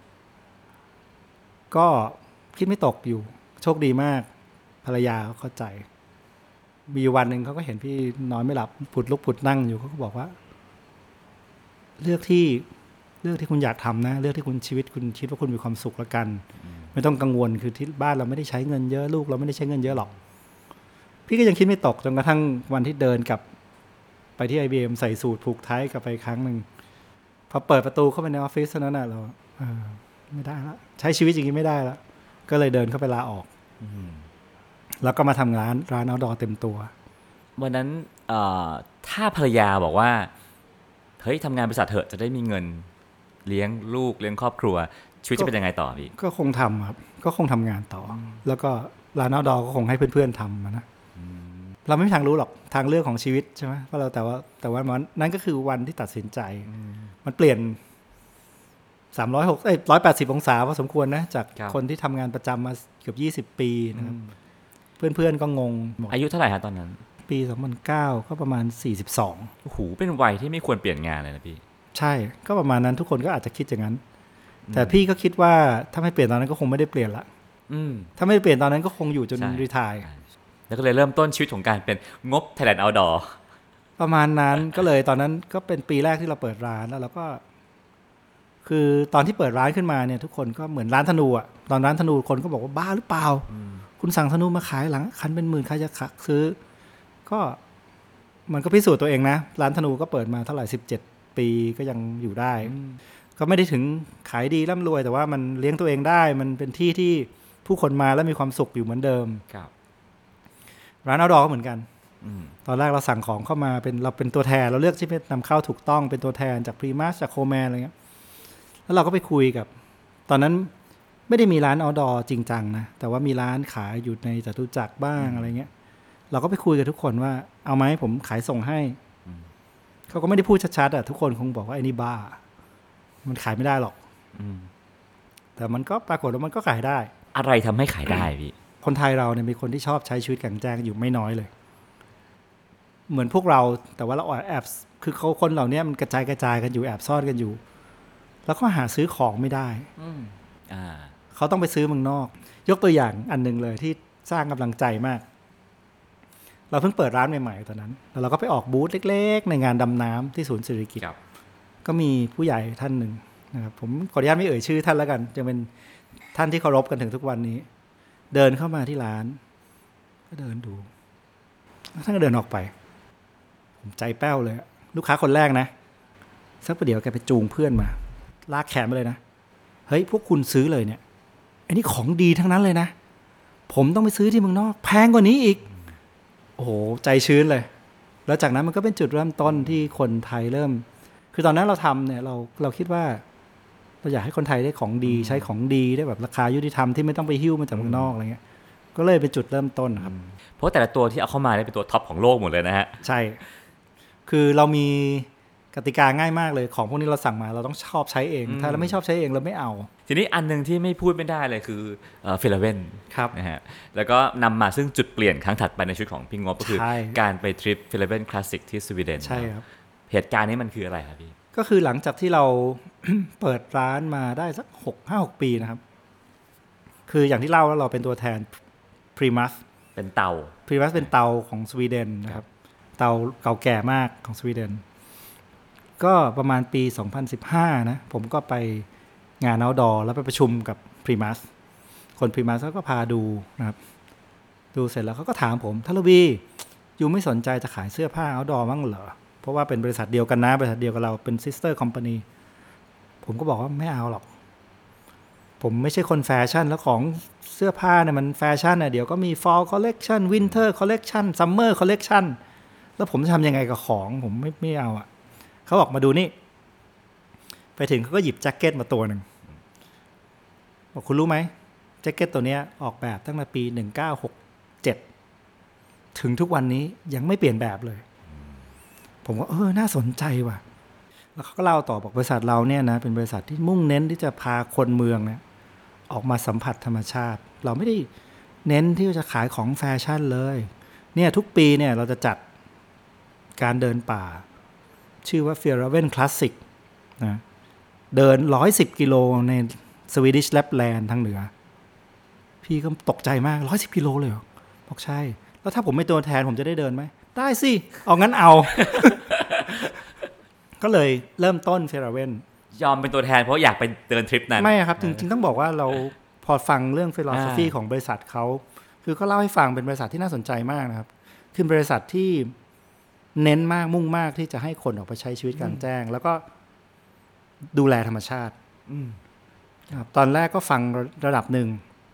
ก็คิดไม่ตกอยู่โชคดีมากภรรยาเข้าใจมีวันหนึ่งเขาก็เห็นพี่นอนไม่หลับผุดลุกผุดนั่งอยู่เขาก็บอกว่าเลือกที่เลือกที่คุณอยากทำนะเลือกที่คุณชีวิตคุณคิดว่าคุณมีความสุขแล้วกันไม่ต้องกังวลคือที่บ้านเราไม่ได้ใช้เงินเยอะลูกเราไม่ได้ใช้เงินเยอะหรอกพี่ก็ยังคิดไม่ตกจนกระทั่งวันที่เดินกลับไปที่ ไอ บี เอ็ม ใส่สูทผูกไทกลับไปครั้งนึงพอเปิดประตูเข้าไปในออฟฟิศเท่านั้นน่ะเราเออไม่ได้ละใช้ชีวิตอย่างนี้ไม่ได้ละก็เลยเดินเข้าไปลาออกแล้วก็มาทำร้านร้าน outdoor เต็มตัววันนั้นถ้าภรรยาบอกว่าเฮ้ยทำงานบริษัทเถอะจะได้มีเงินเลี้ยงลูกเลี้ยงครอบครัวชีวิตจะเป็นยังไงต่อพี่ก็คงทำครับก็คงทำงานต่อแล้วก็ร้าน outdoor ก็คงให้เพื่อนๆทำนะเราไม่มีทางรู้หรอกทางเลือกของชีวิตใช่ไหมเพราะเราแต่ว่าแต่ว่านั้นก็คือวันที่ตัดสินใจมันเปลี่ยนสามร้อยหกเอ้ยหนึ่งร้อยแปดสิบองศาพอสมควรนะจากคนที่ทำงานประจำมาเกือบยี่สิบปีนะครับเพื่อนๆก็งงอายุเท่าไหร่ฮะตอนนั้นปีสองพันเก้าก็ประมาณสี่สิบสองโอ้โหเป็นวัยที่ไม่ควรเปลี่ยนงานเลยนะพี่ใช่ก็ประมาณนั้นทุกคนก็อาจจะคิดอย่างนั้นแต่พี่ก็คิดว่าถ้าไม่เปลี่ยนตอนนั้นก็คงไม่ได้เปลี่ยนละถ้าไม่เปลี่ยนตอนนั้นก็คงอยู่จนรีไทร์แล้วก็เลยเริ่มต้นชีวิตของการเป็นงบ Thailand Outdoor ประมาณนั้นก็เลยตอนนั้นก็เป็นปีแรกที่เราเปิดร้านแล้วเราก็คือตอนที่เปิดร้านขึ้นมาเนี่ยทุกคนก็เหมือนร้านธนูอ่ะตอนร้านธนูคนก็บอกว่าบ้าหรือเปล่าคุณสั่งธนูมาขายหลังคันเป็นหมื่นใครจะซื้อก็มันก็พิสูจน์ตัวเองนะร้านธนูก็เปิดมาเท่าไหร่สิบเจ็ดปีก็ยังอยู่ได้ก็ไม่ได้ถึงขายดีร่ำรวยแต่ว่ามันเลี้ยงตัวเองได้มันเป็นที่ที่ผู้คนมาแล้วมีความสุขอยู่เหมือนเดิมร้าน outdoor ก็เหมือนกันตอนแรกเราสั่งของเข้ามาเป็นเราเป็นตัวแทนเราเลือกที่จะนำเข้าถูกต้องเป็นตัวแทนจาก Primus จาก Coleman อะไรเงี้ยแล้วเราก็ไปคุยกับตอนนั้นไม่ได้มีร้าน outdoor จริงจังนะแต่ว่ามีร้านขายอยู่ในจตุจักรบ้างอะไรเงี้ยเราก็ไปคุยกับทุกคนว่าเอาไหมผมขายส่งให้เขาก็ไม่ได้พูดชัดๆอ่ะทุกคนคงบอกว่าไอ้นี่บ้ามันขายไม่ได้หรอกแต่มันก็ปรากฏว่ามันก็ขายได้อะไรทำให้ขายได้พี่คนไทยเราเนี่ยมีคนที่ชอบใช้ชีวิตกลางแจ้งอยู่ไม่น้อยเลยเหมือนพวกเราแต่ว่าเราแอบคือเขาคนเหล่านี้มันกระจายกระจายกันอยู่แอบซ่อนกันอยู่แล้วก็หาซื้อของไม่ได้เขาต้องไปซื้อเมืองนอกยกตัวอย่างอันนึงเลยที่สร้างกำลังใจมากเราเพิ่งเปิดร้านใหม่ๆตอนนั้นแล้วเราก็ไปออกบูธเล็กๆในงานดำน้ำที่ศูนย์เศรษฐกิจก็มีผู้ใหญ่ท่านหนึ่งนะครับผมขออนุญาตไม่เอ่ยชื่อท่านแล้วกันจะเป็นท่านที่เคารพกันถึงทุกวันนี้เดินเข้ามาที่ร้านก็เดินดูท่านก็เดินออกไปผมใจแป้วเลยลูกค้าคนแรกนะสักประเดี๋ยวแกไปจูงเพื่อนมาลากแขนมาเลยนะเฮ้ยพวกคุณซื้อเลยเนี่ยอันนี้ของดีทั้งนั้นเลยนะผมต้องไปซื้อที่เมืองนอกแพงกว่านี้อีกโอ้โหใจชื้นเลยแล้วจากนั้นมันก็เป็นจุดเริ่มต้นที่คนไทยเริ่มคือตอนนั้นเราทำเนี่ยเราเราคิดว่าเราอยากให้คนไทยได้ของดีใช้ของดีได้แบบราคายุติธรรมที่ไม่ต้องไปหิ้วมาจากเมืองนอกอะไรเงี้ยก็เลยเป็นจุดเริ่มต้นครับเพราะแต่ละตัวที่เอาเข้ามาเนี่ยเป็นตัวท็อปของโลกหมดเลยนะฮะใช่คือเรามีกติกาง่ายมากเลยของพวกนี้เราสั่งมาเราต้องชอบใช้เองถ้าเราไม่ชอบใช้เองเราไม่เอาทีนี้อันนึงที่ไม่พูดไม่ได้เลยคือเฟลเว่นนะฮะแล้วก็นำมาซึ่งจุดเปลี่ยนครั้งถัดไปในชีวิตของพี่งบก็คือการไปทริปเฟลเว่นคลาสสิกที่สวีเดนใช่ครับเหตุการณ์นี้มันคืออะไรครับพี่ก็คือหลังจากที่เรา เปิดร้านมาได้สักหก ห้า หกปีนะครับคืออย่างที่เล่าว่าเราเป็นตัวแทน Primus เป็นเตา Primus เป็นเตาของสวีเดนนะครับเตาเก่าแก่มากของสวีเดนก็ประมาณปีสองพันสิบห้านะผมก็ไปงาน outdoor แล้วไปประชุมกับ Primus คน Primus เขาก็พาดูนะครับดูเสร็จแล้วเขาก็ถามผมทารวียูไม่สนใจจะขายเสื้อผ้า outdoor มั้งเหรอเพราะว่าเป็นบริษัทเดียวกันนะบริษัทเดียวกับเราเป็น sister company ผมก็บอกว่าไม่เอาหรอกผมไม่ใช่คนแฟชั่นแล้วของเสื้อผ้าเนี่ยมันแฟชั่นน่ะเดี๋ยวก็มี fall collection winter collection summer collection แล้วผมจะทำยังไงกับของผมไม่ไม่เอาอ่ะเขาบอกมาดูนี่ไปถึงเขาก็หยิบแจ็คเก็ตมาตัวหนึ่งบอกคุณรู้ไหมแจ็คเก็ตตัวนี้ออกแบบตั้งแต่ปีหนึ่งเก้าหกเจ็ดถึงทุกวันนี้ยังไม่เปลี่ยนแบบเลยผมก็เออน่าสนใจว่ะแล้วเขาก็เล่าต่อบอกบริษัทเราเนี่ยนะเป็นบริษัทที่มุ่งเน้นที่จะพาคนเมืองเนี่ยออกมาสัมผัสธรรมชาติเราไม่ได้เน้นที่จะขายของแฟชั่นเลยเนี่ยทุกปีเนี่ยเราจะจัดการเดินป่าชื่อว่า Fjällräven Classic นะเดินหนึ่งร้อยสิบกิโลใน Swedish Lapland ทางเหนือพี่ก็ตกใจมากหนึ่งร้อยสิบกิโลเลยเหรอบอกใช่แล้วถ้าผมไม่ตัวแทนผมจะได้เดินไหมได้สิเอางั้นเอา ก็เลยเริ่มต้น Fjällräven ยอมเป็นตัวแทนเพราะอยากไปเดินทริปนั้นไม่ครับจริงๆต้องบอกว่าเราพอฟังเรื่อง philosophy ของบริษัทเขาคือเขาเล่าให้ฟังเป็นบริษัทที่น่าสนใจมากนะครับคือบริษัทที่เน้นมากมุ่งมากที่จะให้คนออกไปใช้ชีวิตกลางแจ้งแล้วก็ดูแลธรรมชาติครับตอนแรกก็ฟังระดับหนึ่ง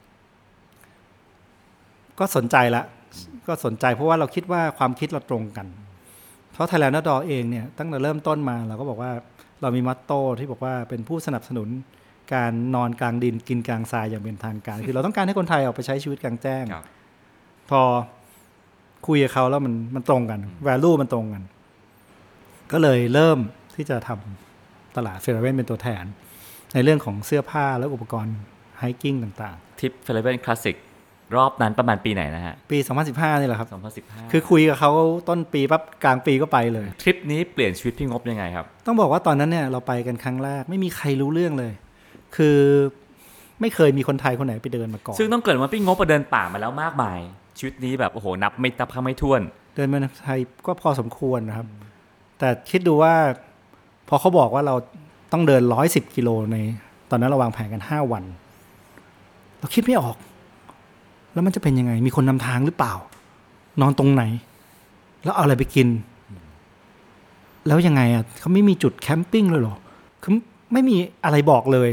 ก็สนใจละก็สนใจเพราะว่าเราคิดว่าความคิดเราตรงกันเพราะ Thailand Outdoor เองเนี่ยตั้งแต่เริ่มต้นมาเราก็บอกว่าเรามีมัตโต้ที่บอกว่าเป็นผู้สนับสนุนการนอนกลางดินกินกลางทรายอย่างเป็นทางการคือเราต้องการให้คนไทยออกไปใช้ชีวิตกลางแจ้งพอคุยกับเขาแล้วมันมันตรงกัน value มันตรงกันก็เลยเริ่มที่จะทำตลาด Fjällräven เป็นตัวแทนในเรื่องของเสื้อผ้าและอุปกรณ์ไฮกิ้งต่างๆทริป Fjällräven Classic รอบนั้นประมาณปีไหนนะฮะปีสองพันสิบห้านี่แหละครับสองพันสิบห้าคือคุยกับเขาต้นปีปั๊บกลางปีก็ไปเลยทริปนี้เปลี่ยนชีวิตพี่งบยังไงครับต้องบอกว่าตอนนั้นเนี่ยเราไปกันครั้งแรกไม่มีใครรู้เรื่องเลยคือไม่เคยมีคนไทยคนไหนไปเดินมาก่อนซึ่งต้องเกิดมาพี่งบไปเดินป่ามาแล้วมากมายชีวิตนี้แบบโอ้โหนับไม่นับครั้งไม่ถ้วนเดินมาในไทยก็พอสมควรนะครับแต่คิดดูว่าพอเขาบอกว่าเราต้องเดินหนึ่งร้อยสิบกิโลในตอนนั้นเราวางแผนกันห้าวันเราคิดไม่ออกแล้วมันจะเป็นยังไงมีคนนำทางหรือเปล่านอนตรงไหนแล้วเอาอะไรไปกินแล้วยังไงอ่ะเขาไม่มีจุดแคมปิ้งเลยเหรอคือไม่มีอะไรบอกเลย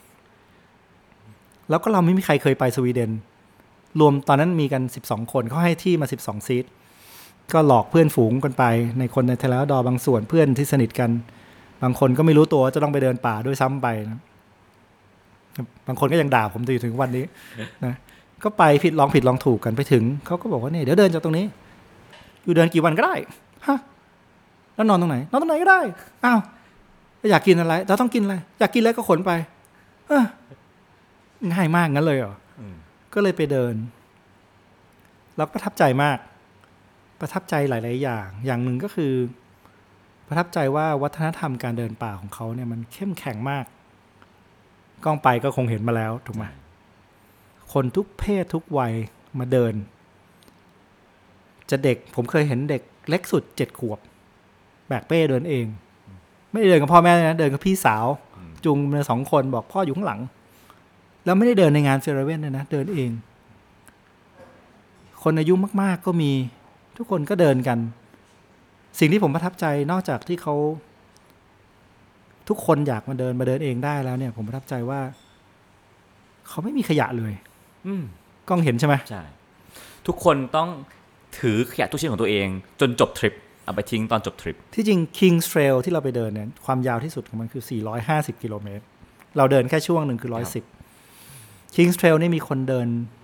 แล้วก็เราไม่มีใครเคยไปสวีเดนรวมตอนนั้นมีกันสิบสองคนเขาให้ที่มาสิบสองซีทก็หลอกเพื่อนฝูงกันไปในคนใน Thailand Outdoor บางส่วนเพื่อนที่สนิทกันบางคนก็ไม่รู้ตัวจะต้องไปเดินป่าด้วยซ้ำไปนะบางคนก็ยังด่าผมถึงวันนี้นะก็ไปผิดลองผิดลองถูกกันไปถึงเขาก็บอกว่าเนี่ยเดี๋ยวเดินจากตรงนี้อยู่เดินกี่วันก็ได้ฮะแล้วนอนตรงไหนนอนตรงไหนก็ได้อ้าวอยากกินอะไรเราต้องกินอะไรอยากกินอะไรก็ขนไปง่ายมากงั้นเลยเหรอก็เลยไปเดินแล้วประทับใจมากประทับใจหลายๆอย่างอย่างหนึ่งก็คือประทับใจว่าวัฒนธรรมการเดินป่าของเขาเนี่ยมันเข้มแข็งมากกล้องไปก็คงเห็นมาแล้วถูกไหมคนทุกเพศทุกวัยมาเดินจะเด็กผมเคยเห็นเด็กเล็กสุดเจ็ดขวบแบกเป้เดินเองไม่ได้เดินกับพ่อแม่นะเดินกับพี่สาวจูงมาสองคนบอกพ่ออยู่ข้างหลังแล้วไม่ได้เดินในงานเฟลเว่นเลยนะเดินเองคนอายุมากๆก็มีทุกคนก็เดินกันสิ่งที่ผมประทับใจนอกจากที่เขาทุกคนอยากมาเดินมาเดินเองได้แล้วเนี่ยผมประทับใจว่าเขาไม่มีขยะเลยกล้องเห็นใช่ไหมใช่ทุกคนต้องถือขยะทุกชิ้นของตัวเองจนจบทริปเอาไปทิ้งตอนจบทริปที่จริง King's Trail ที่เราไปเดินเนี่ยความยาวที่สุดของมันคือสี่ร้อยห้าสิบกิโลเมตรเราเดินแค่ช่วงหนึ่งคือหนึ่งร้อยสิบ King's Trail นี่มีคนเดิน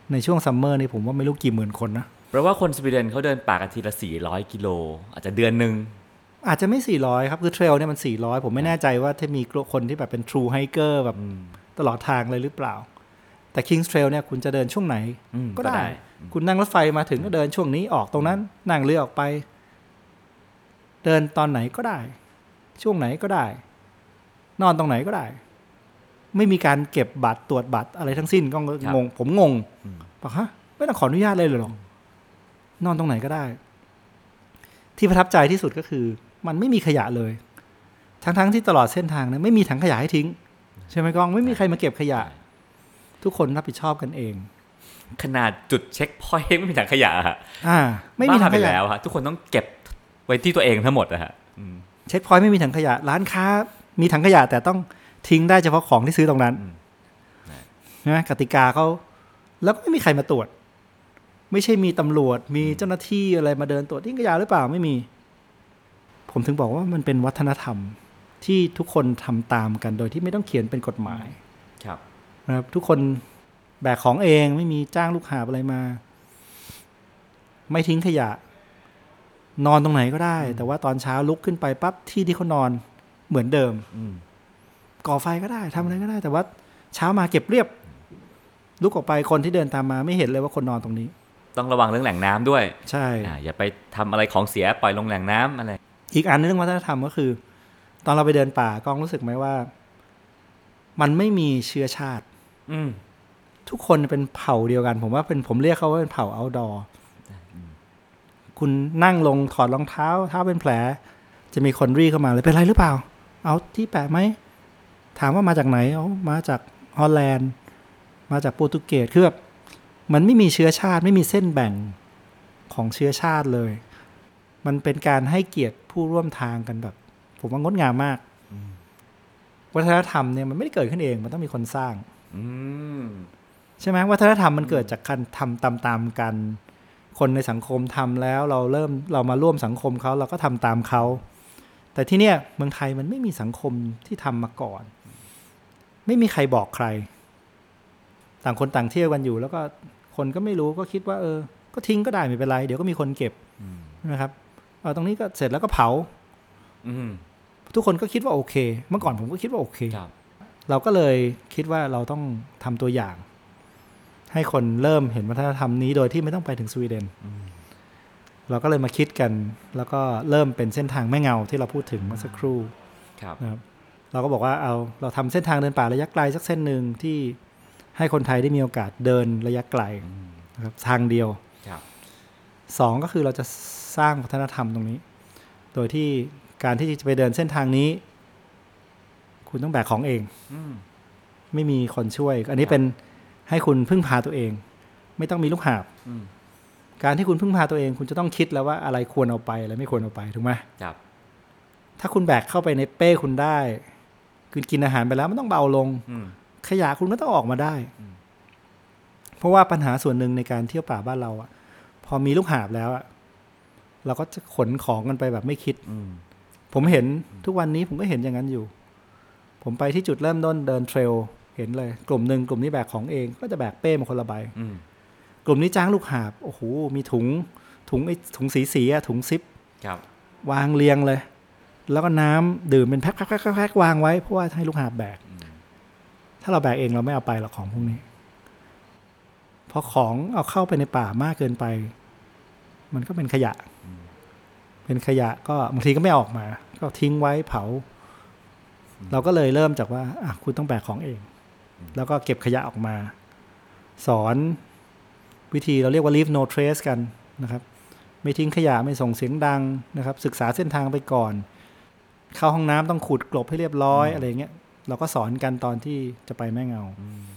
ในช่วงซัมเมอร์นี่ผมว่าไม่รู้กี่หมื่นคนนะเพราะว่าคนสวีเดนเขาเดินป่ากันทีละสี่ร้อยกิโลอาจจะเดือนนึงอาจจะไม่สี่ร้อยครับคือเทรลเนี่ยมันสี่ร้อยผมไม่แน่ใจว่าถ้ามีคนที่แบบเป็น true hiker แบบตลอดทางเลยหรือเปล่าแต่ King's Trail เนี่ยคุณจะเดินช่วงไหนก็ได้คุณนั่งรถไฟมาถึงก็เดินช่วงนี้ออกตรงนั้นนั่งเรือออกไปเดินตอนไหนก็ได้ช่วงไหนก็ได้นอนตรงไหนก็ได้ไม่มีการเก็บบัตรตรวจบัตรอะไรทั้งสิ้นก็งงผมงงบอกฮะไม่ต้องขออนุญาตเลยเหรอนอนตรงไหนก็ได้ที่ประทับใจที่สุดก็คือมันไม่มีขยะเลยทั้งๆที่ตลอดเส้นทางนะไม่มีถังขยะให้ทิ้งใช่ไหมกองไม่มีใครมาเก็บขยะทุกคนรับผิดชอบกันเองขนาดจุดเช็คพอยต์ไม่มีถังขยะฮะอ่าไม่มีถังขยะแล้วฮะทุกคนต้องเก็บไว้ที่ตัวเองทั้งหมดนะฮะเช็คพอยต์ไม่มีถังขยะร้านค้ามีถังขยะแต่ต้องทิ้งได้เฉพาะของที่ซื้อตรงนั้นใช่ไหมกติกาเขาแล้วก็ไม่มีใครมาตรวจไม่ใช่มีตำรวจมีเจ้าหน้าที่อะไรมาเดินตรวจทิ้งขยะหรือเปล่าไม่มีผมถึงบอกว่ามันเป็นวัฒนธรรมที่ทุกคนทำตามกันโดยที่ไม่ต้องเขียนเป็นกฎหมายครับนะครับทุกคนแบกของเองไม่มีจ้างลูกหาบอะไรมาไม่ทิ้งขยะนอนตรงไหนก็ได้แต่ว่าตอนเช้าลุกขึ้นไปปั๊บที่ที่เขานอนเหมือนเดิมก่อไฟก็ได้ทำอะไรก็ได้แต่ว่าเช้ามาเก็บเรียบลุกออกไปคนที่เดินตามมาไม่เห็นเลยว่าคนนอนตรงนี้ต้องระวังเรื่องแหล่งน้ำด้วยใช่อย่าไปทำอะไรของเสียปล่อยลงแหล่งน้ำอะไรอีกอันนึงวัฒนธรรมก็คือตอนเราไปเดินป่ากองรู้สึกไหมว่ามันไม่มีเชื้อชาติทุกคนเป็นเผ่าเดียวกันผมว่าเป็นผมเรียกเขาว่าเป็นเผ่า outdoor คุณนั่งลงถอดรองเท้าเท้าเป็นแผลจะมีคนรีเข้ามาเลยเป็นไรหรือเปล่าเอาที่แปะไหมถามว่ามาจากไหนเอามาจากฮอลแลนด์มาจากโปรตุเกสคือแบบมันไม่มีเชื้อชาติไม่มีเส้นแบ่งของเชื้อชาติเลยมันเป็นการให้เกียรติผู้ร่วมทางกันแบบผมว่างดงามมากวัฒนธรรมเนี่ยมันไม่ได้เกิดขึ้นเองมันต้องมีคนสร้างใช่ไหมวัฒนธรรมมันเกิดจากการทำตามๆกันคนในสังคมทำแล้วเราเริ่มเรามาร่วมสังคมเขาเราก็ทำตามเขาแต่ที่เนี่ยเมืองไทยมันไม่มีสังคมที่ทำมาก่อนไม่มีใครบอกใครต่างคนต่างเที่ยวกันอยู่แล้วก็คนก็ไม่รู้ก็คิดว่าเออก็ทิ้งก็ได้ไม่เป็นไรเดี๋ยวก็มีคนเก็บนะครับเอาตรงนี้ก็เสร็จแล้วก็เผาทุกคนก็คิดว่าโอเคเมื่อก่อนผมก็คิดว่าโอเคเราก็เลยคิดว่าเราต้องทำตัวอย่างให้คนเริ่มเห็นวัฒนธรรมนี้โดยที่ไม่ต้องไปถึงสวีเดนเราก็เลยมาคิดกันแล้วก็เริ่มเป็นเส้นทางแม่เงาที่เราพูดถึงเมื่อสักครู่นะครับเราก็บอกว่าเอาเราทำเส้นทางเดินป่าระยะไกลสักเส้นหนึ่งที่ให้คนไทยได้มีโอกาสเดินระยะไกลนะครับทางเดียวสองก็คือเราจะสร้างวัฒนธรรมตรงนี้โดยที่การที่จะไปเดินเส้นทางนี้คุณต้องแบกของเองไม่มีคนช่วยอันนี้เป็นให้คุณพึ่งพาตัวเองไม่ต้องมีลูกหาบการที่คุณพึ่งพาตัวเองคุณจะต้องคิดแล้วว่าอะไรควรเอาไปอะไรไม่ควรเอาไปถูกไหมครับถ้าคุณแบกเข้าไปในเป้คุณได้คุณกินอาหารไปแล้วมันต้องเบาลงขยะคุณก็ต้องออกมาได้เพราะว่าปัญหาส่วนหนึ่งในการเที่ยวป่าบ้านเราอ่ะพอมีลูกหาบแล้วอ่ะเราก็จะขนของกันไปแบบไม่คิดผมเห็นทุกวันนี้ผมก็เห็นอย่างนั้นอยู่ผมไปที่จุดเริ่มต้นเดินเทรลเห็นเลยกลุ่มหนึ่งกลุ่มนี้แบกของเองก็จะแบกเป้มาคนละใบกลุ่มนี้จ้างลูกหาบโอ้โหมีถุงถุงไอ้ถุงสีสีอะถุงซิปวางเรียงเลยแล้วก็น้ำดื่มเป็นแพ็คแพ็คแพ็คแพ็ควางไว้เพราะว่าให้ลูกหาบแบกถ้าเราแบกเองเราไม่เอาไปหรอกของพวกนี้พอของเอาเข้าไปในป่ามากเกินไปมันก็เป็นขยะเป็นขยะก็บางทีก็ไม่ออกมาก็ทิ้งไว้เผาเราก็เลยเริ่มจากว่าอ่ะคุณต้องแบกของเองแล้วก็เก็บขยะออกมาสอนวิธีเราเรียกว่า leave no trace กันนะครับไม่ทิ้งขยะไม่ส่งเสียงดังนะครับศึกษาเส้นทางไปก่อนเข้าห้องน้ำต้องขุดกลบให้เรียบร้อยอะไรเงี้ยเราก็สอนกันตอนที่จะไปแม่เงา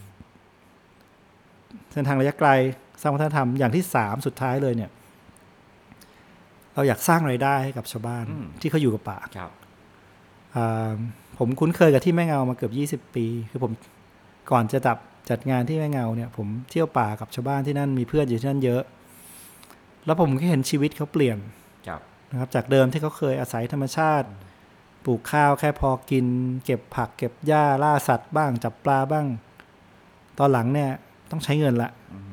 เส้นทางระยะไกลสร้างวัฒนธรรมอย่างที่สามสุดท้ายเลยเนี่ยเราอยากสร้างรายได้ให้กับชาวบ้านที่เขาอยู่กับป่าผมคุ้นเคยกับที่แม่เงามาเกือบยี่สิบปีคือผมก่อนจะจับจัดงานที่แม่เงาเนี่ยผมเที่ยวป่ากับชาวบ้านที่นั่นมีเพื่อนอยู่ที่นั่นเยอะแล้วผมก็เห็นชีวิตเขาเปลี่ยนนะครับจากเดิมที่เขาเคยอาศัยธรรมชาติปลูกข้าวแค่พอกินเก็บผักเก็บหญ้าล่าสัตว์บ้างจับปลาบ้างตอนหลังเนี่ยต้องใช้เงินละ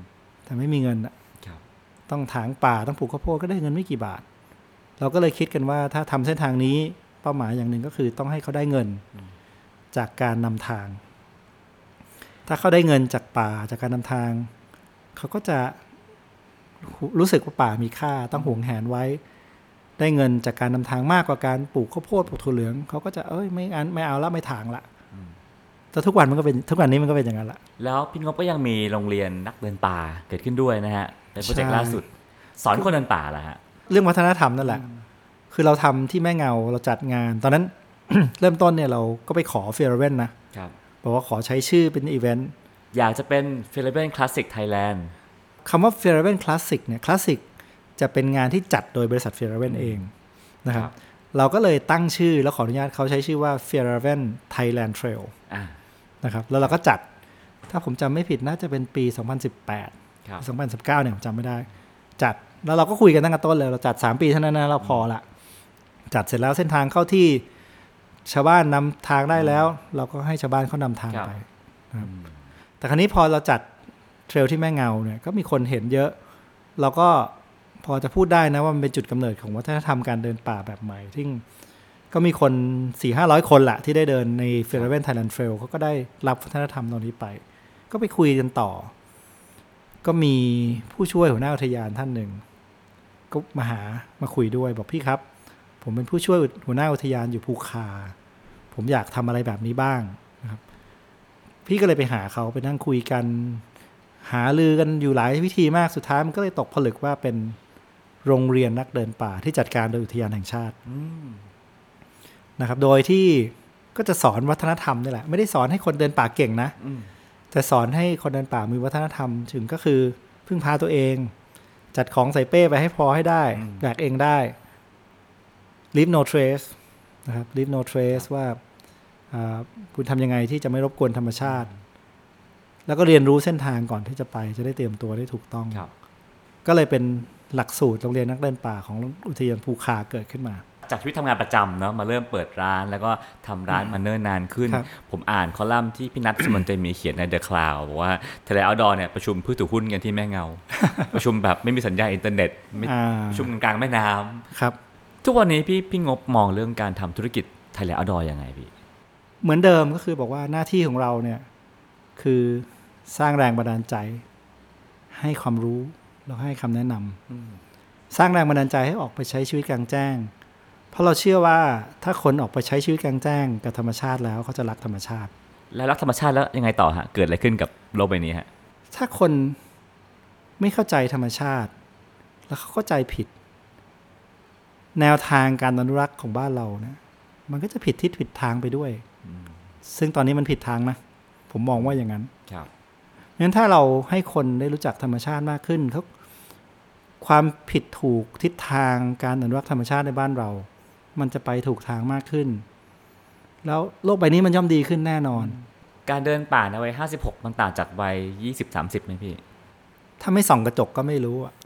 แต่ไม่มีเงินอะต้องถางป่าต้องปลูกข้าวโพดก็ได้เงินไม่กี่บาทเราก็เลยคิดกันว่าถ้าทำเส้นทางนี้เป้าหมายอย่างหนึ่งก็คือต้องให้เขาได้เงินจากการนำทางถ้าเขาได้เงินจากป่าจากการนำทางเขาก็จะรู้สึกว่าป่ามีค่าต้องหวงแหนไว้ได้เงินจากการนำทางมากกว่าการปลูกข้าวโพดปลูกถั่วเหลืองเขาก็จะเอ้ยไม่อันไม่เอาละไม่ถางละแต่ทุกวันมันก็เป็นทุกวันนี้มันก็เป็นอย่างนั้นละแล้วพี่งบก็ยังมีโรงเรียนนักเดินป่าเกิดขึ้นด้วยนะฮะเป็นโปรเจกต์ล่าสุดสอนคนเดินป่าเหรอฮะเรื่องวัฒนธรรมนั่นแหละคือเราทำที่แม่เงาเราจัดงานตอนนั้น เริ่มต้นเนี่ยเราก็ไปขอเฟเรเว่นนะบอกว่าขอใช้ชื่อเป็นอีเวนต์อยากจะเป็น Feraven Classic Thailand คำว่า Feraven Classic เนี่ย Classic จะเป็นงานที่จัดโดยบริษัท Feraven เองนะครับเราก็เลยตั้งชื่อแล้วขออนุญาตเขาใช้ชื่อว่า Feraven Thailand Trail นะครับแล้วเราก็จัดถ้าผมจำไม่ผิดน่าจะเป็นปีสองพันสิบแปด สองพันสิบเก้าเนี่ยผมจำไม่ได้จัดแล้วเราก็คุยกันตั้งแต่ต้นเลยเราจัดสามปีเท่านั้นนะเราพอละจัดเสร็จแล้วเส้นทางเข้าที่ชาวบ้านนำทางได้แล้วเราก็ให้ชาวบ้านเขานำทางไปนะครับแต่ครั้นี้พอเราจัดเทรลที่แม่เงาเนี่ยก็มีคนเห็นเยอะเราก็พอจะพูดได้นะว่ามันเป็นจุดกำเนิดของวัฒนธรรมการเดินป่าแบบใหม่ที่ก็มีคน สี่ถึงห้าร้อย คนละที่ได้เดินใน Feraven Thailand Trail เขาก็ได้รับวัฒนธรรมตรงนี้ไปก็ไปคุยกันต่อก็มีผู้ช่วยหัวหน้าอุทยานท่านหนึ่งก็มาหามาคุยด้วยบอกพี่ครับผมเป็นผู้ช่วยหัวหน้าอุทยานอยู่ภูคาผมอยากทำอะไรแบบนี้บ้างนะครับพี่ก็เลยไปหาเขาไปนั่งคุยกันหาลือกันอยู่หลายวิธีมากสุดท้ายมันก็เลยตกผลึกว่าเป็นโรงเรียนนักเดินป่าที่จัดการโดยอุทยานแห่งชาตินะครับโดยที่ก็จะสอนวัฒนธรรมนี่แหละไม่ได้สอนให้คนเดินป่าเก่งนะแต่สอนให้คนเดินป่ามีวัฒนธรรมถึงก็คือพึ่งพาตัวเองจัดของใส่เป้ไปให้พอให้ได้แบกเองได้ leave no trace นะครับ leave no trace ว่าคุณทำยังไงที่จะไม่รบกวนธรรมชาติแล้วก็เรียนรู้เส้นทางก่อนที่จะไปจะได้เตรียมตัวได้ถูกต้องก็เลยเป็นหลักสูตรโรงเรียนนักเดินป่าของอุทยานภูคาเกิดขึ้นมาจากชีวิตทำงานประจำเนาะมาเริ่มเปิดร้านแล้วก็ทำร้านมาเนิ่นนานขึ้นผมอ่านคอลัมน์ที่พี่นัท สมนตรีมีเขียนใน The Cloud บอกว่า Thailand Outdoor เนี่ยประชุมผู้ถือหุ้นกันที่แม่เงา ประชุมแบบไม่มีสัญญาณอินเทอร์เน็ตประชุมกลางแม่น้ำครับทุกวันนี้พี่พี่งบมองเรื่องการทำธุรกิจ Thailand Outdoor ยังไงพี่เหมือนเดิมก็คือบอกว่าหน้าที่ของเราเนี่ยคือสร้างแรงบันดาลใจให้ความรู้แล้วให้คำแนะนำสร้างแรงบันดาลใจให้ออกไปใช้ชีวิตกลางแจ้งเพราะเราเชื่อว่าถ้าคนออกไปใช้ชีวิตกลางแจ้งกับธรรมชาติแล้วเขาจะรักธรรมชาติแล้วรักธรรมชาติแล้วยังไงต่อฮะเกิดอะไรขึ้นกับโลกใบนี้ฮะถ้าคนไม่เข้าใจธรรมชาติแล้วเขาเข้าใจผิดแนวทางการอนุรักษ์ของบ้านเราเนี่ยมันก็จะผิดทิศผิดทางไปด้วยซึ่งตอนนี้มันผิดทางนะผมมองว่าอย่างนั้นครับงั้นถ้าเราให้คนได้รู้จักธรรมชาติมากขึ้นเขาความผิดถูกทิศทางการอนุรักษ์ธรรมชาติในบ้านเรามันจะไปถูกทางมากขึ้นแล้วโลกใบนี้มันย่อมดีขึ้นแน่นอนการเดินป่าในวัยห้าสิบหกมันต่างจากวัยยี่สิบ สามสิบมั้ยพี่ถ้าไม่ส่องกระจกก็ไม่รู้อ่ะ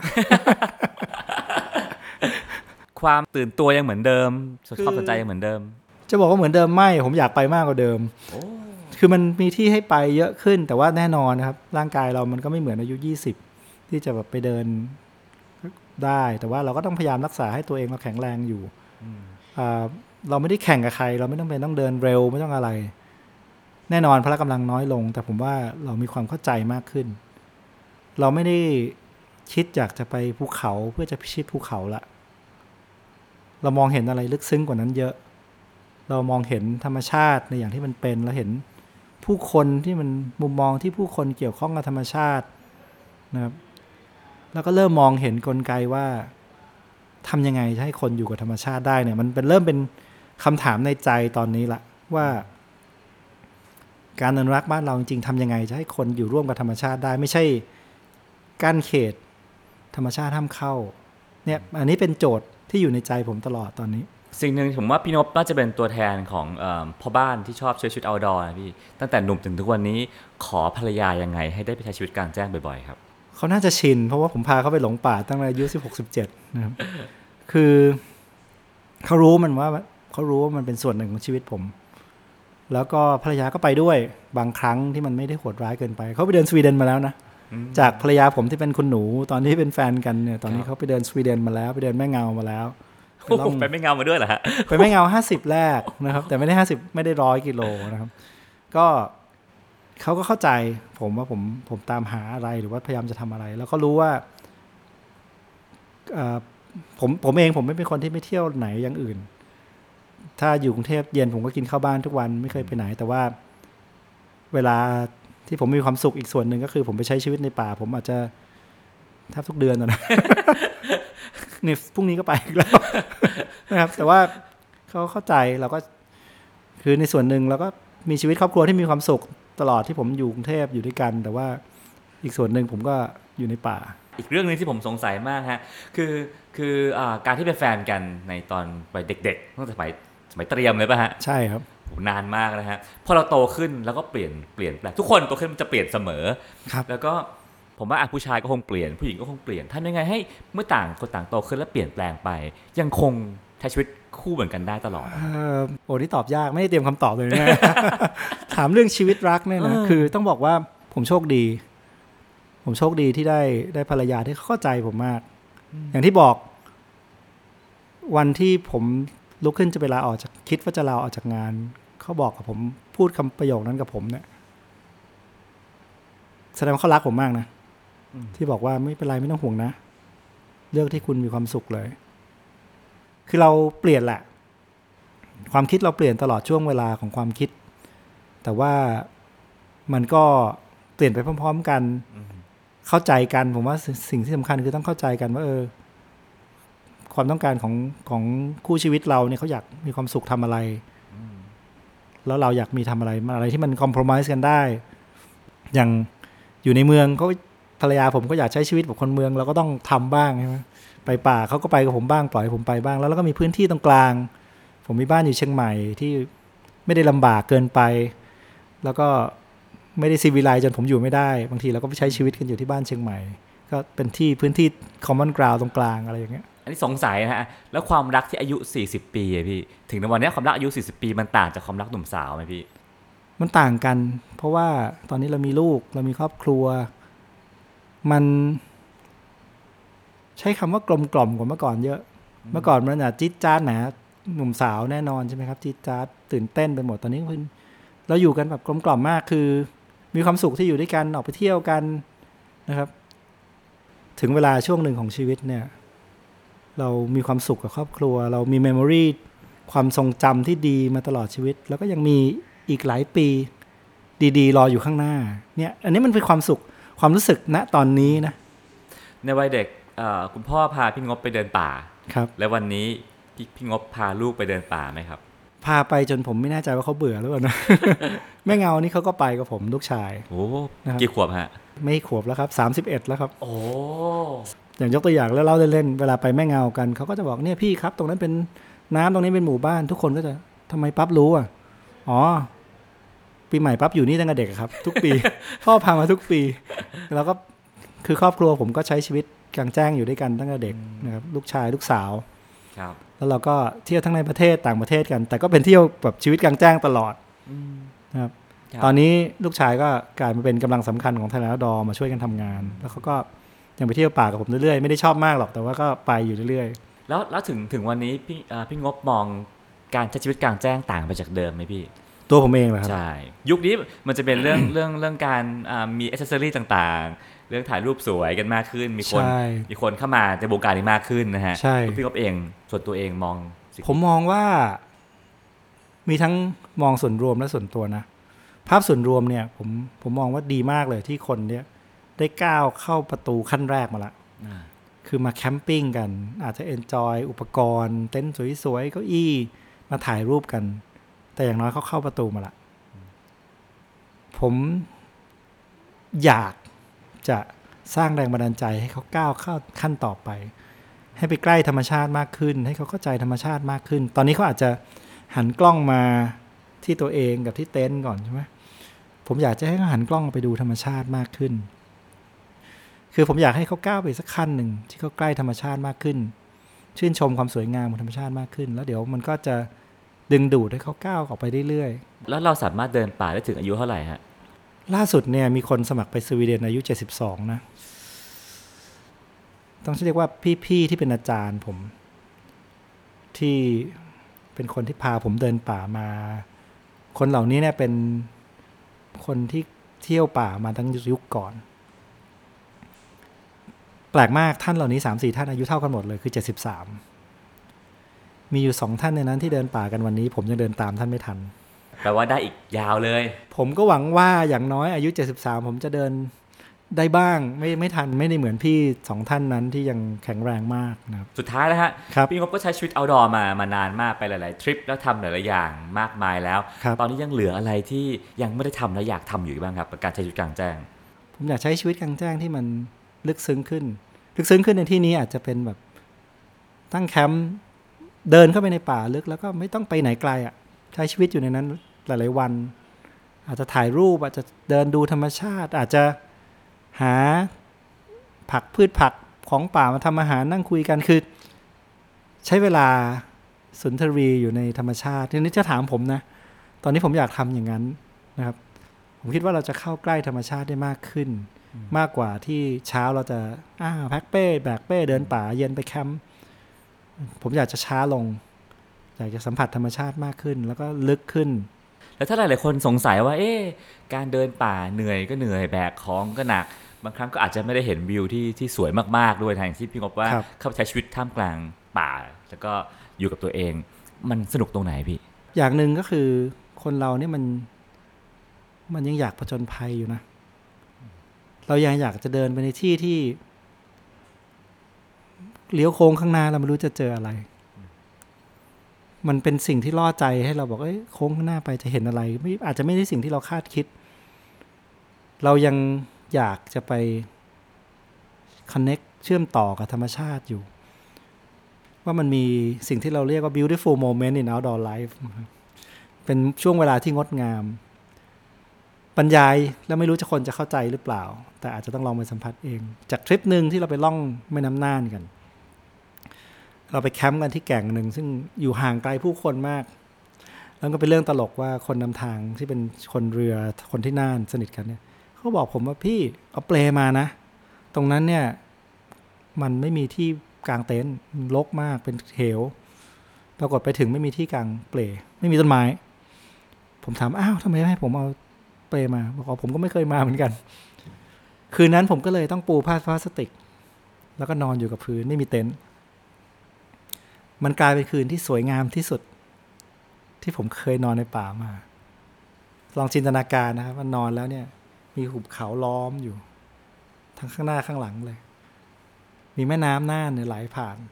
ความตื่นตัวยังเหมือนเดิมความสนใจยังเหมือนเดิมจะบอกว่าเหมือนเดิมไม่ผมอยากไปมากกว่าเดิมคือมันมีที่ให้ไปเยอะขึ้นแต่ว่าแน่นอนนะครับร่างกายเรามันก็ไม่เหมือนอายุยี่สิบที่จะแบบไปเดินได้แต่ว่าเราก็ต้องพยายามรักษาให้ตัวเองเราแข็งแรงอยู่เราไม่ได้แข่งกับใครเราไม่ต้องเป็นต้องเดินเร็วไม่ต้องอะไรแน่นอนพละกำลังน้อยลงแต่ผมว่าเรามีความเข้าใจมากขึ้นเราไม่ได้คิดอยากจะไปภูเขาเพื่อจะพิชิตภูเขาละเรามองเห็นอะไรลึกซึ้งกว่านั้นเยอะเรามองเห็นธรรมชาติในอย่างที่มันเป็นเราเห็นผู้คนที่มันมุมมองที่ผู้คนเกี่ยวข้องกับธรรมชาตินะครับแล้วก็เริ่มมองเห็นกลไกว่าทำยังไงจะให้คนอยู่กับธรรมชาติได้เนี่ยมันเป็นเริ่มเป็นคำถามในใจตอนนี้ละว่าการอนุรักษ์บ้านเราจริงๆทำยังไงจะให้คนอยู่ร่วมกับธรรมชาติได้ไม่ใช่กั้นเขตธรรมชาติห้ามเข้าเนี่ยอันนี้เป็นโจทย์ที่อยู่ในใจผมตลอดตอนนี้สิ่งหนึ่งผมว่าพี่นพน่าจะเป็นตัวแทนของเอ่อพ่อบ้านที่ชอบใช้ชีวิต outdoor นะพี่ตั้งแต่หนุ่มถึงทุกวันนี้ขอภรรยายังไงให้ได้ไปใช้ชีวิตกลางแจ้งบ่อยๆครับเขาน่าจะชินเพราะว่าผมพาเขาไปหลงป่าตั้งแต่อายุสิบหก สิบเจ็ดนะครับคือเขารู้มันว่าเขารู้ว่ามันเป็นส่วนหนึ่งของชีวิตผมแล้วก็ภรรยาก็ไปด้วยบางครั้งที่มันไม่ได้โหดร้ายเกินไปเขาไปเดินสวีเดนมาแล้วนะจากภรรยาผมที่เป็นคุณหนูตอนนี้เป็นแฟนกันเนี่ยตอนนี้เขาไปเดินสวีเดนมาแล้วไปเดินแม่เงามาแล้วไปแม่เงามาด้วยเหรอฮะไปแม่เงาห้าสิบแรกนะครับแต่ไม่ได้ห้าสิบไม่ได้ร้อยกิโลนะครับก็เขาก็เข้าใจผมว่าผมผมตามหาอะไรหรือว่าพยายามจะทำอะไรแล้วก็รู้ว่าผมผมเองผมไม่เป็นคนที่ไม่เที่ยวไหนอย่างอื่นถ้าอยู่กรุงเทพเย็นผมก็กินข้าวบ้านทุกวันไม่เคยไปไหนแต่ว่าเวลาที่ผมมีความสุขอีกส่วนหนึ่งก็คือผมไปใช้ชีวิตในป่าผมอาจจะแทบทุกเดือนนะนี่พรุ่งนี้ก็ไปอีกแล้วนะครับแต่ว่าเขาเข้าใจเราก็คือในส่วนหนึ่งเราก็มีชีวิตครอบครัวที่มีความสุขตลอดที่ผมอยู่กรุงเทพอยู่ด้วยกันแต่ว่าอีกส่วนหนึ่งผมก็อยู่ในป่าอีกเรื่องนึงที่ผมสงสัยมากฮะคือคืออ่าการที่เป็นแฟนกันในตอนวัยเด็กๆตั้งแต่สมัยสมัยเตรียมเลยป่ะฮะใช่ครับนานมากนะฮะพอเราโตขึ้นแล้วก็เปลี่ยนเปลี่ยนแปลงทุกคนโตขึ้นมันจะเปลี่ยนเสมอครับแล้วก็ผมว่าผู้ชายก็คงเปลี่ยนผู้หญิงก็คงเปลี่ยนทำยังไงให้เมื่อต่างคนต่างโตขึ้นแล้วเปลี่ยนแปลงไปยังคงใช้ชีวิตคู่เหมือนกันได้ตลอดโอ้ที่ตอบยากไม่ได้เตรียมคำตอบเลยนะ ถามเรื่องชีวิตรักเนี่ยนะคือต้องบอกว่าผมโชคดีผมโชคดีที่ได้ได้ภรรยาที่เข้าใจผมมากอย่างที่บอกวันที่ผมลุกขึ้นจะไปลาออกจากคิดว่าจะลาออกจากงานเขาบอกกับผมพูดคำประโยคนั้นกับผมเนี่ยแสดงว่าเขารักผมมากนะที่บอกว่าไม่เป็นไรไม่ต้องห่วงนะเลือกที่คุณมีความสุขเลยคือเราเปลี่ยนแหละความคิดเราเปลี่ยนตลอดช่วงเวลาของความคิดแต่ว่ามันก็เปลี่ยนไปพร้อมๆกันเข้าใจกันผมว่าสิ่งที่สำคัญคือต้องเข้าใจกันว่าเออความต้องการของของคู่ชีวิตเราเนี่ยเขาอยากมีความสุขทำอะไรแล้วเราอยากมีทำอะไรอะไรที่มันคอมโพรไมซ์กันได้อย่างอยู่ในเมืองเขาภรรยาผมก็อยากใช้ชีวิตแบบคนเมืองเราก็ต้องทำบ้างใช่ไหมไปป่าเขาก็ไปกับผมบ้างปล่อยผมไปบ้างแล้วเราก็มีพื้นที่ตรงกลางผมมีบ้านอยู่เชียงใหม่ที่ไม่ได้ลำบากเกินไปแล้วก็ไม่ได้ซีวิไลซ์จนผมอยู่ไม่ได้บางทีเราก็ไปใช้ชีวิตกันอยู่ที่บ้านเชียงใหม่ก็เป็นที่พื้นที่คอมมอนกราวด์ตรงกลางอะไรอย่างเงี้ยอันนี้สงสัยนะฮะแล้วความรักที่อายุสี่สิบปีพี่ถึงในวันนี้ความรักอายุสี่สิบปีมันต่างจากความรักหนุ่มสาวไหมพี่มันต่างกันเพราะว่าตอนนี้เรามีลูกเรามีครอบครัวมันใช้คำว่ากลมกล่อมกว่าเมื่อก่อนเยอะเมื่อก่อนมันอาจจี๊ดจ๊าดหนาหนุ่มสาวแน่นอนใช่ไหมครับจี๊ดจ๊าดตื่นเต้นไปหมดตอนนี้คือเราอยู่กันแบบกลมกล่อมมากคือมีความสุขที่อยู่ด้วยกันออกไปเที่ยวกันนะครับถึงเวลาช่วงหนึ่งของชีวิตเนี่ยเรามีความสุขกับครอบครัวเรามีเมมโมรีความทรงจำที่ดีมาตลอดชีวิตแล้วก็ยังมีอีกหลายปีดีๆรออยู่ข้างหน้าเนี่ยอันนี้มันเป็นความสุขความรู้สึกณตอนนี้นะในวัยเด็กคุณพ่อพาพี่งบไปเดินป่าครับแล้ววันนี้พี่พี่งบพาลูกไปเดินป่าไหมครับพาไปจนผมไม่แน่ใจว่าเขาเบื่อหรือเปล่านะ แม่เงานี่เขาก็ไปกับผมลูกชายโอ้กี่ขวบฮะไม่ขวบแล้วครับสามสิบเอ็ดแล้วครับโอ้อย่างยกตัวอย่างแล้วเล่าเล่นๆเวลาไปแม่เงากันเขาก็จะบอกเนี่ยพี่ครับตรงนั้นเป็นน้ำตรงนี้เป็นหมู่บ้านทุกคนก็จะทำไมปั๊บรู้อ่ะอ๋อปีใหม่ปั๊บอยู่นี่ตั้งแต่เด็กครับทุกปี พ่อพามาทุกปีแล้วก็คือครอบครัวผมก็ใช้ชีวิตกลางแจ้งอยู่ด้วยกันตั้งแต่เด็กนะครับลูกชายลูกสาวครับแล้วเราก็เที่ยวทั้งในประเทศต่างประเทศกันแต่ก็เป็นเที่ยวแบบชีวิตกลางแจ้งตลอดนะครับตอนนี้ลูกชายก็กลายมาเป็นกำลังสำคัญของไทยแลนด์ดอมาช่วยกันทำงานแล้วเขาก็ยังไปเที่ยวป่ากับผมเรื่อยๆไม่ได้ชอบมากหรอกแต่ว่าก็ไปอยู่เรื่อยๆแล้วแล้วถึงถึงวันนี้พี่พี่งบมองการใช้ชีวิตกลางแจ้งต่างไปจากเดิมไหมพี่ตัวผมเองเหรอครับใช่ยุคนี้มันจะเป็นเรื่องเรื่องเรื่องการมีอ็อกเซสซอรี่ต่างๆเรื่องถ่ายรูปสวยกันมากขึ้นมีคนมีคนเข้ามาในวงการนี้มากขึ้นนะฮะพี่งบเองส่วนตัวเองมองผมมองว่ามีทั้งมองส่วนรวมและส่วนตัวนะภาพส่วนรวมเนี่ยผมผมมองว่าดีมากเลยที่คนเนี่ยได้ก้าวเข้าประตูขั้นแรกมาละคือมาแคมปิ้งกันอาจจะเอนจอยอุปกรณ์เต็นท์สวยๆเก้าอี้มาถ่ายรูปกันแต่อย่างน้อยเขาเข้าประตูมาละผมอยากจะสร้างแรงบันดาลใจให้เขาก้าวเข้าขั้นต่อไปให้ไปใกล้ธรรมชาติมากขึ้นให้เขาเข้าใจธรรมชาติมากขึ้นตอนนี้เขาอาจจะหันกล้องมาที่ตัวเองกับที่เต็นท์ก่อนใช่ไหมผมอยากจะให้เขาหันกล้องไปดูธรรมชาติมากขึ้นคือผมอยากให้เขาก้าวไปสักขั้นหนึ่งที่เขาใกล้ธรรมชาติมากขึ้นชื่นชมความสวยงามของธรรมชาติมากขึ้นแล้วเดี๋ยวมันก็จะดึงดูดให้เขาก้าวออกไปเรื่อยๆแล้วเราสามารถเดินป่าได้ถึงอายุเท่าไหร่ฮะล่าสุดเนี่ยมีคนสมัครไปสวีเดนอายุเจ็ดสิบสองนะต้องเรียกว่าพี่ๆที่เป็นอาจารย์ผมที่เป็นคนที่พาผมเดินป่ามาคนเหล่านี้เนี่ยเป็นคนที่เที่ยวป่ามาตั้งยุคก่อนแปลกมากท่านเหล่านี้ สามสี่ ท่านอายุเท่ากันหมดเลยคือเจ็ดสิบสามมีอยู่สองท่านในนั้นที่เดินป่ากันวันนี้ผมยังเดินตามท่านไม่ทันแปลว่าได้อีกยาวเลยผมก็หวังว่าอย่างน้อยอายุเจ็ดสิบสามผมจะเดินได้บ้างไม่ไม่ทันไม่ได้เหมือนพี่สองท่านนั้นที่ยังแข็งแรงมากนะครับสุดท้ายแล้วฮะพี่งบก็ใช้ชีวิต outdoor มามานานมากไปหลายๆทริปแล้วทำหลายๆอย่างมากมายแล้วตอนนี้ยังเหลืออะไรที่ยังไม่ได้ทำและอยากทำอยู่บ้างครับกับการใช้ชีวิตกลางแจ้งผมอยากใช้ชีวิตกลางแจ้งที่มันลึกซึ้งขึ้นลึกซึ้งขึ้นในที่นี้อาจจะเป็นแบบตั้งแคมป์เดินเข้าไปในป่าลึกแล้วก็ไม่ต้องไปไหนไกลอ่ะใช้ชีวิตอยู่ในนั้นหลายๆวันอาจจะถ่ายรูปอาจจะเดินดูธรรมชาติอาจจะหาผักพืชผักของป่ามาทำอาหารนั่งคุยกันคือใช้เวลาสุนทรีอยู่ในธรรมชาติทีนี้จะถามผมนะตอนนี้ผมอยากทำอย่างนั้นนะครับผมคิดว่าเราจะเข้าใกล้ธรรมชาติได้มากขึ้นมากกว่าที่เช้าเราจะอ้าวแพ็คเป้แบกเป้เดินป่าเย็นไปแคมป์ผมอยากจะช้าลงอยากจะสัมผัสธรรมชาติมากขึ้นแล้วก็ลึกขึ้นแล้วถ้าหลายๆคนสงสัยว่าเอ๊ะการเดินป่าเหนื่อยก็เหนื่อยแบกของก็หนักบางครั้งก็อาจจะไม่ได้เห็นวิวที่ที่สวยมากๆด้วยทางที่พี่งบว่าเข้าไปใช้ชีวิตท่ามกลางป่าแล้วก็อยู่กับตัวเองมันสนุกตรงไหนพี่อย่างหนึ่งก็คือคนเราเนี่ยมันมันยังอยากผจญภัยอยู่นะเรายังอยากจะเดินไปในที่ที่เลี้ยวโค้งข้างหน้าเราไม่รู้จะเจออะไรมันเป็นสิ่งที่ล่อใจให้เราบอกเอ้ยโค้งข้างหน้าไปจะเห็นอะไรไม่อาจจะไม่ได้สิ่งที่เราคาดคิดเรายังอยากจะไป connect เชื่อมต่อกับธรรมชาติอยู่ว่ามันมีสิ่งที่เราเรียกว่า beautiful moment in outdoor life เป็นช่วงเวลาที่งดงามบรรยายแล้วไม่รู้จะคนจะเข้าใจหรือเปล่าแต่อาจจะต้องลองไปสัมผัสเองจากทริปนึงที่เราไปล่องแม่น้ำน่านกันเราไปแคมป์กันที่แก่งหนึ่งซึ่งอยู่ห่างไกลผู้คนมากแล้วก็เป็นเรื่องตลกว่าคนนำทางที่เป็นคนเรือคนที่น่านสนิทกันเนี่ยเขาบอกผมว่าพี่เอาเปลมานะตรงนั้นเนี่ยมันไม่มีที่กางเต็นท์รกมากเป็นเหวปรากฏไปถึงไม่มีที่กางเปลไม่มีต้นไม้ผมถามอ้าวทำไมไม่ให้ผมเอาเปลมาบอกว่าผมก็ไม่เคยมาเหมือนกันคืนนั้นผมก็เลยต้องปูผ้าพลาสติกแล้วก็นอนอยู่กับพื้นไม่มีเต็นท์มันกลายเป็นคืนที่สวยงามที่สุดที่ผมเคยนอนในป่ามาลองจินตนาการนะครับว่านอนแล้วเนี่ยมีหุบเขาล้อมอยู่ทั้งข้างหน้าข้างหลังเลยมีแม่น้ำน่านเนี่ยไหลผ่าน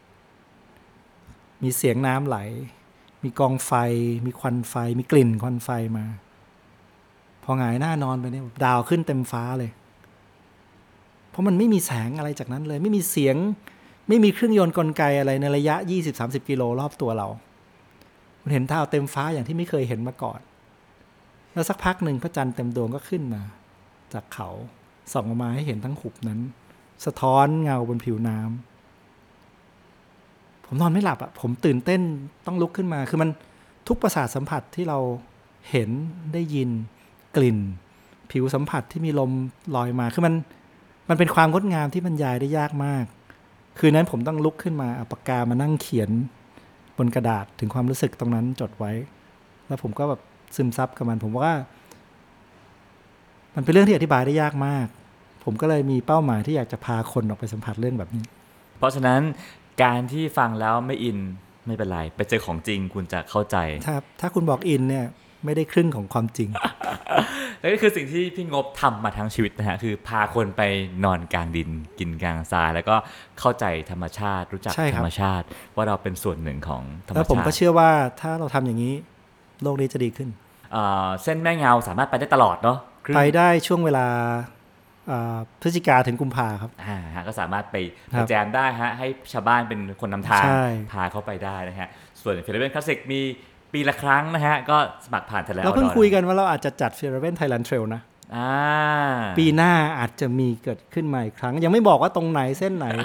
มีเสียงน้ำไหลมีกองไฟมีควันไฟมีกลิ่นควันไฟมาพอหงายหน้านอนไปเนี่ยดาวขึ้นเต็มฟ้าเลยเพราะมันไม่มีแสงอะไรจากนั้นเลยไม่มีเสียงไม่มีเครื่องยนต์กลไกอะไรในระยะ ยี่สิบถึงสามสิบ กิโลรอบตัวเราคุณเห็นดาวเต็มฟ้าอย่างที่ไม่เคยเห็นมาก่อนแล้วสักพักหนึ่งพระจันทร์เต็มดวงก็ขึ้นมาจากเขาส่องออกมาให้เห็นทั้งหุบนั้นสะท้อนเงาบนผิวน้ำผมนอนไม่หลับอ่ะผมตื่นเต้นต้องลุกขึ้นมาคือมันทุกประสาทสัมผัสที่เราเห็นได้ยินกลิ่นผิวสัมผัสที่มีลมลอยมาคือมันมันเป็นความงดงามที่บรรยายได้ยากมากคืนนั้นผมต้องลุกขึ้นมาเอาปากกามานั่งเขียนบนกระดาษถึงความรู้สึกตรงนั้นจดไว้แล้วผมก็แบบซึมซับกับมันผมว่ามันเป็นเรื่องที่อธิบายได้ยากมากผมก็เลยมีเป้าหมายที่อยากจะพาคนออกไปสัมผัสเรื่องแบบนี้เพราะฉะนั้นการที่ฟังแล้วไม่อินไม่เป็นไรไปเจอของจริงคุณจะเข้าใจถ้าถ้าคุณบอกอินเนี่ยไม่ได้ครึ่งของความจริงแล้วก็คือสิ่งที่พี่งบทำมาทั้งชีวิตนะฮะคือพาคนไปนอนกลางดินกินกลางทรายแล้วก็เข้าใจธรรมชาติรู้จักธรรมชาติว่าเราเป็นส่วนหนึ่งของธรรมชาติแล้วผมก็เชื่อว่าถ้าเราทำอย่างนี้โลกนี้จะดีขึ้นเส้นแม่เงาสามารถไปได้ตลอดเนาะไปได้ช่วงเวลาพฤศจิกาถึงกุมภาครับก็สามารถไปแจมได้ฮะให้ชาวบ้านเป็นคนนำทางพาเข้าไปได้นะฮะส่วน Fireven Classic มีปีละครั้งนะฮะก็สมัครผ่าน Thailand เราเพิ่งคุยกันว่าเราอาจจะจัด Fireven Thailand Trail นะปีหน้าอาจจะมีเกิดขึ้นใหม่อีกครั้งยังไม่บอกว่าตรงไหนเส้นไหน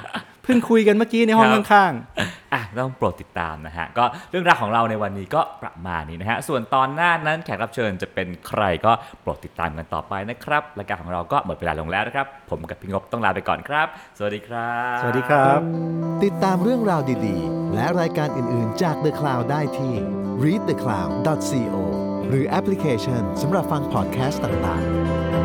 เพิ่งคุยกันเมื่อกี้ในห้องข้างๆอ่ะต้องโปรดติดตามนะฮะก็เรื่องราวของเราในวันนี้ก็ประมาณนี้นะฮะส่วนตอนหน้านั้นแขกรับเชิญจะเป็นใครก็โปรดติดตามกันต่อไปนะครับรายการของเราก็หมดเวลาลงแล้วนะครับผมกับพี่งบต้องลาไปก่อนครับสวัสดีครับสวัสดีครับติดตามเรื่องราวดีๆและรายการอื่นๆจาก The Cloud ได้ที่ รีด เดอะ คลาวด์ ดอท ซี โอ หรือแอปพลิเคชันสำหรับฟังพอดแคสต์ต่างๆ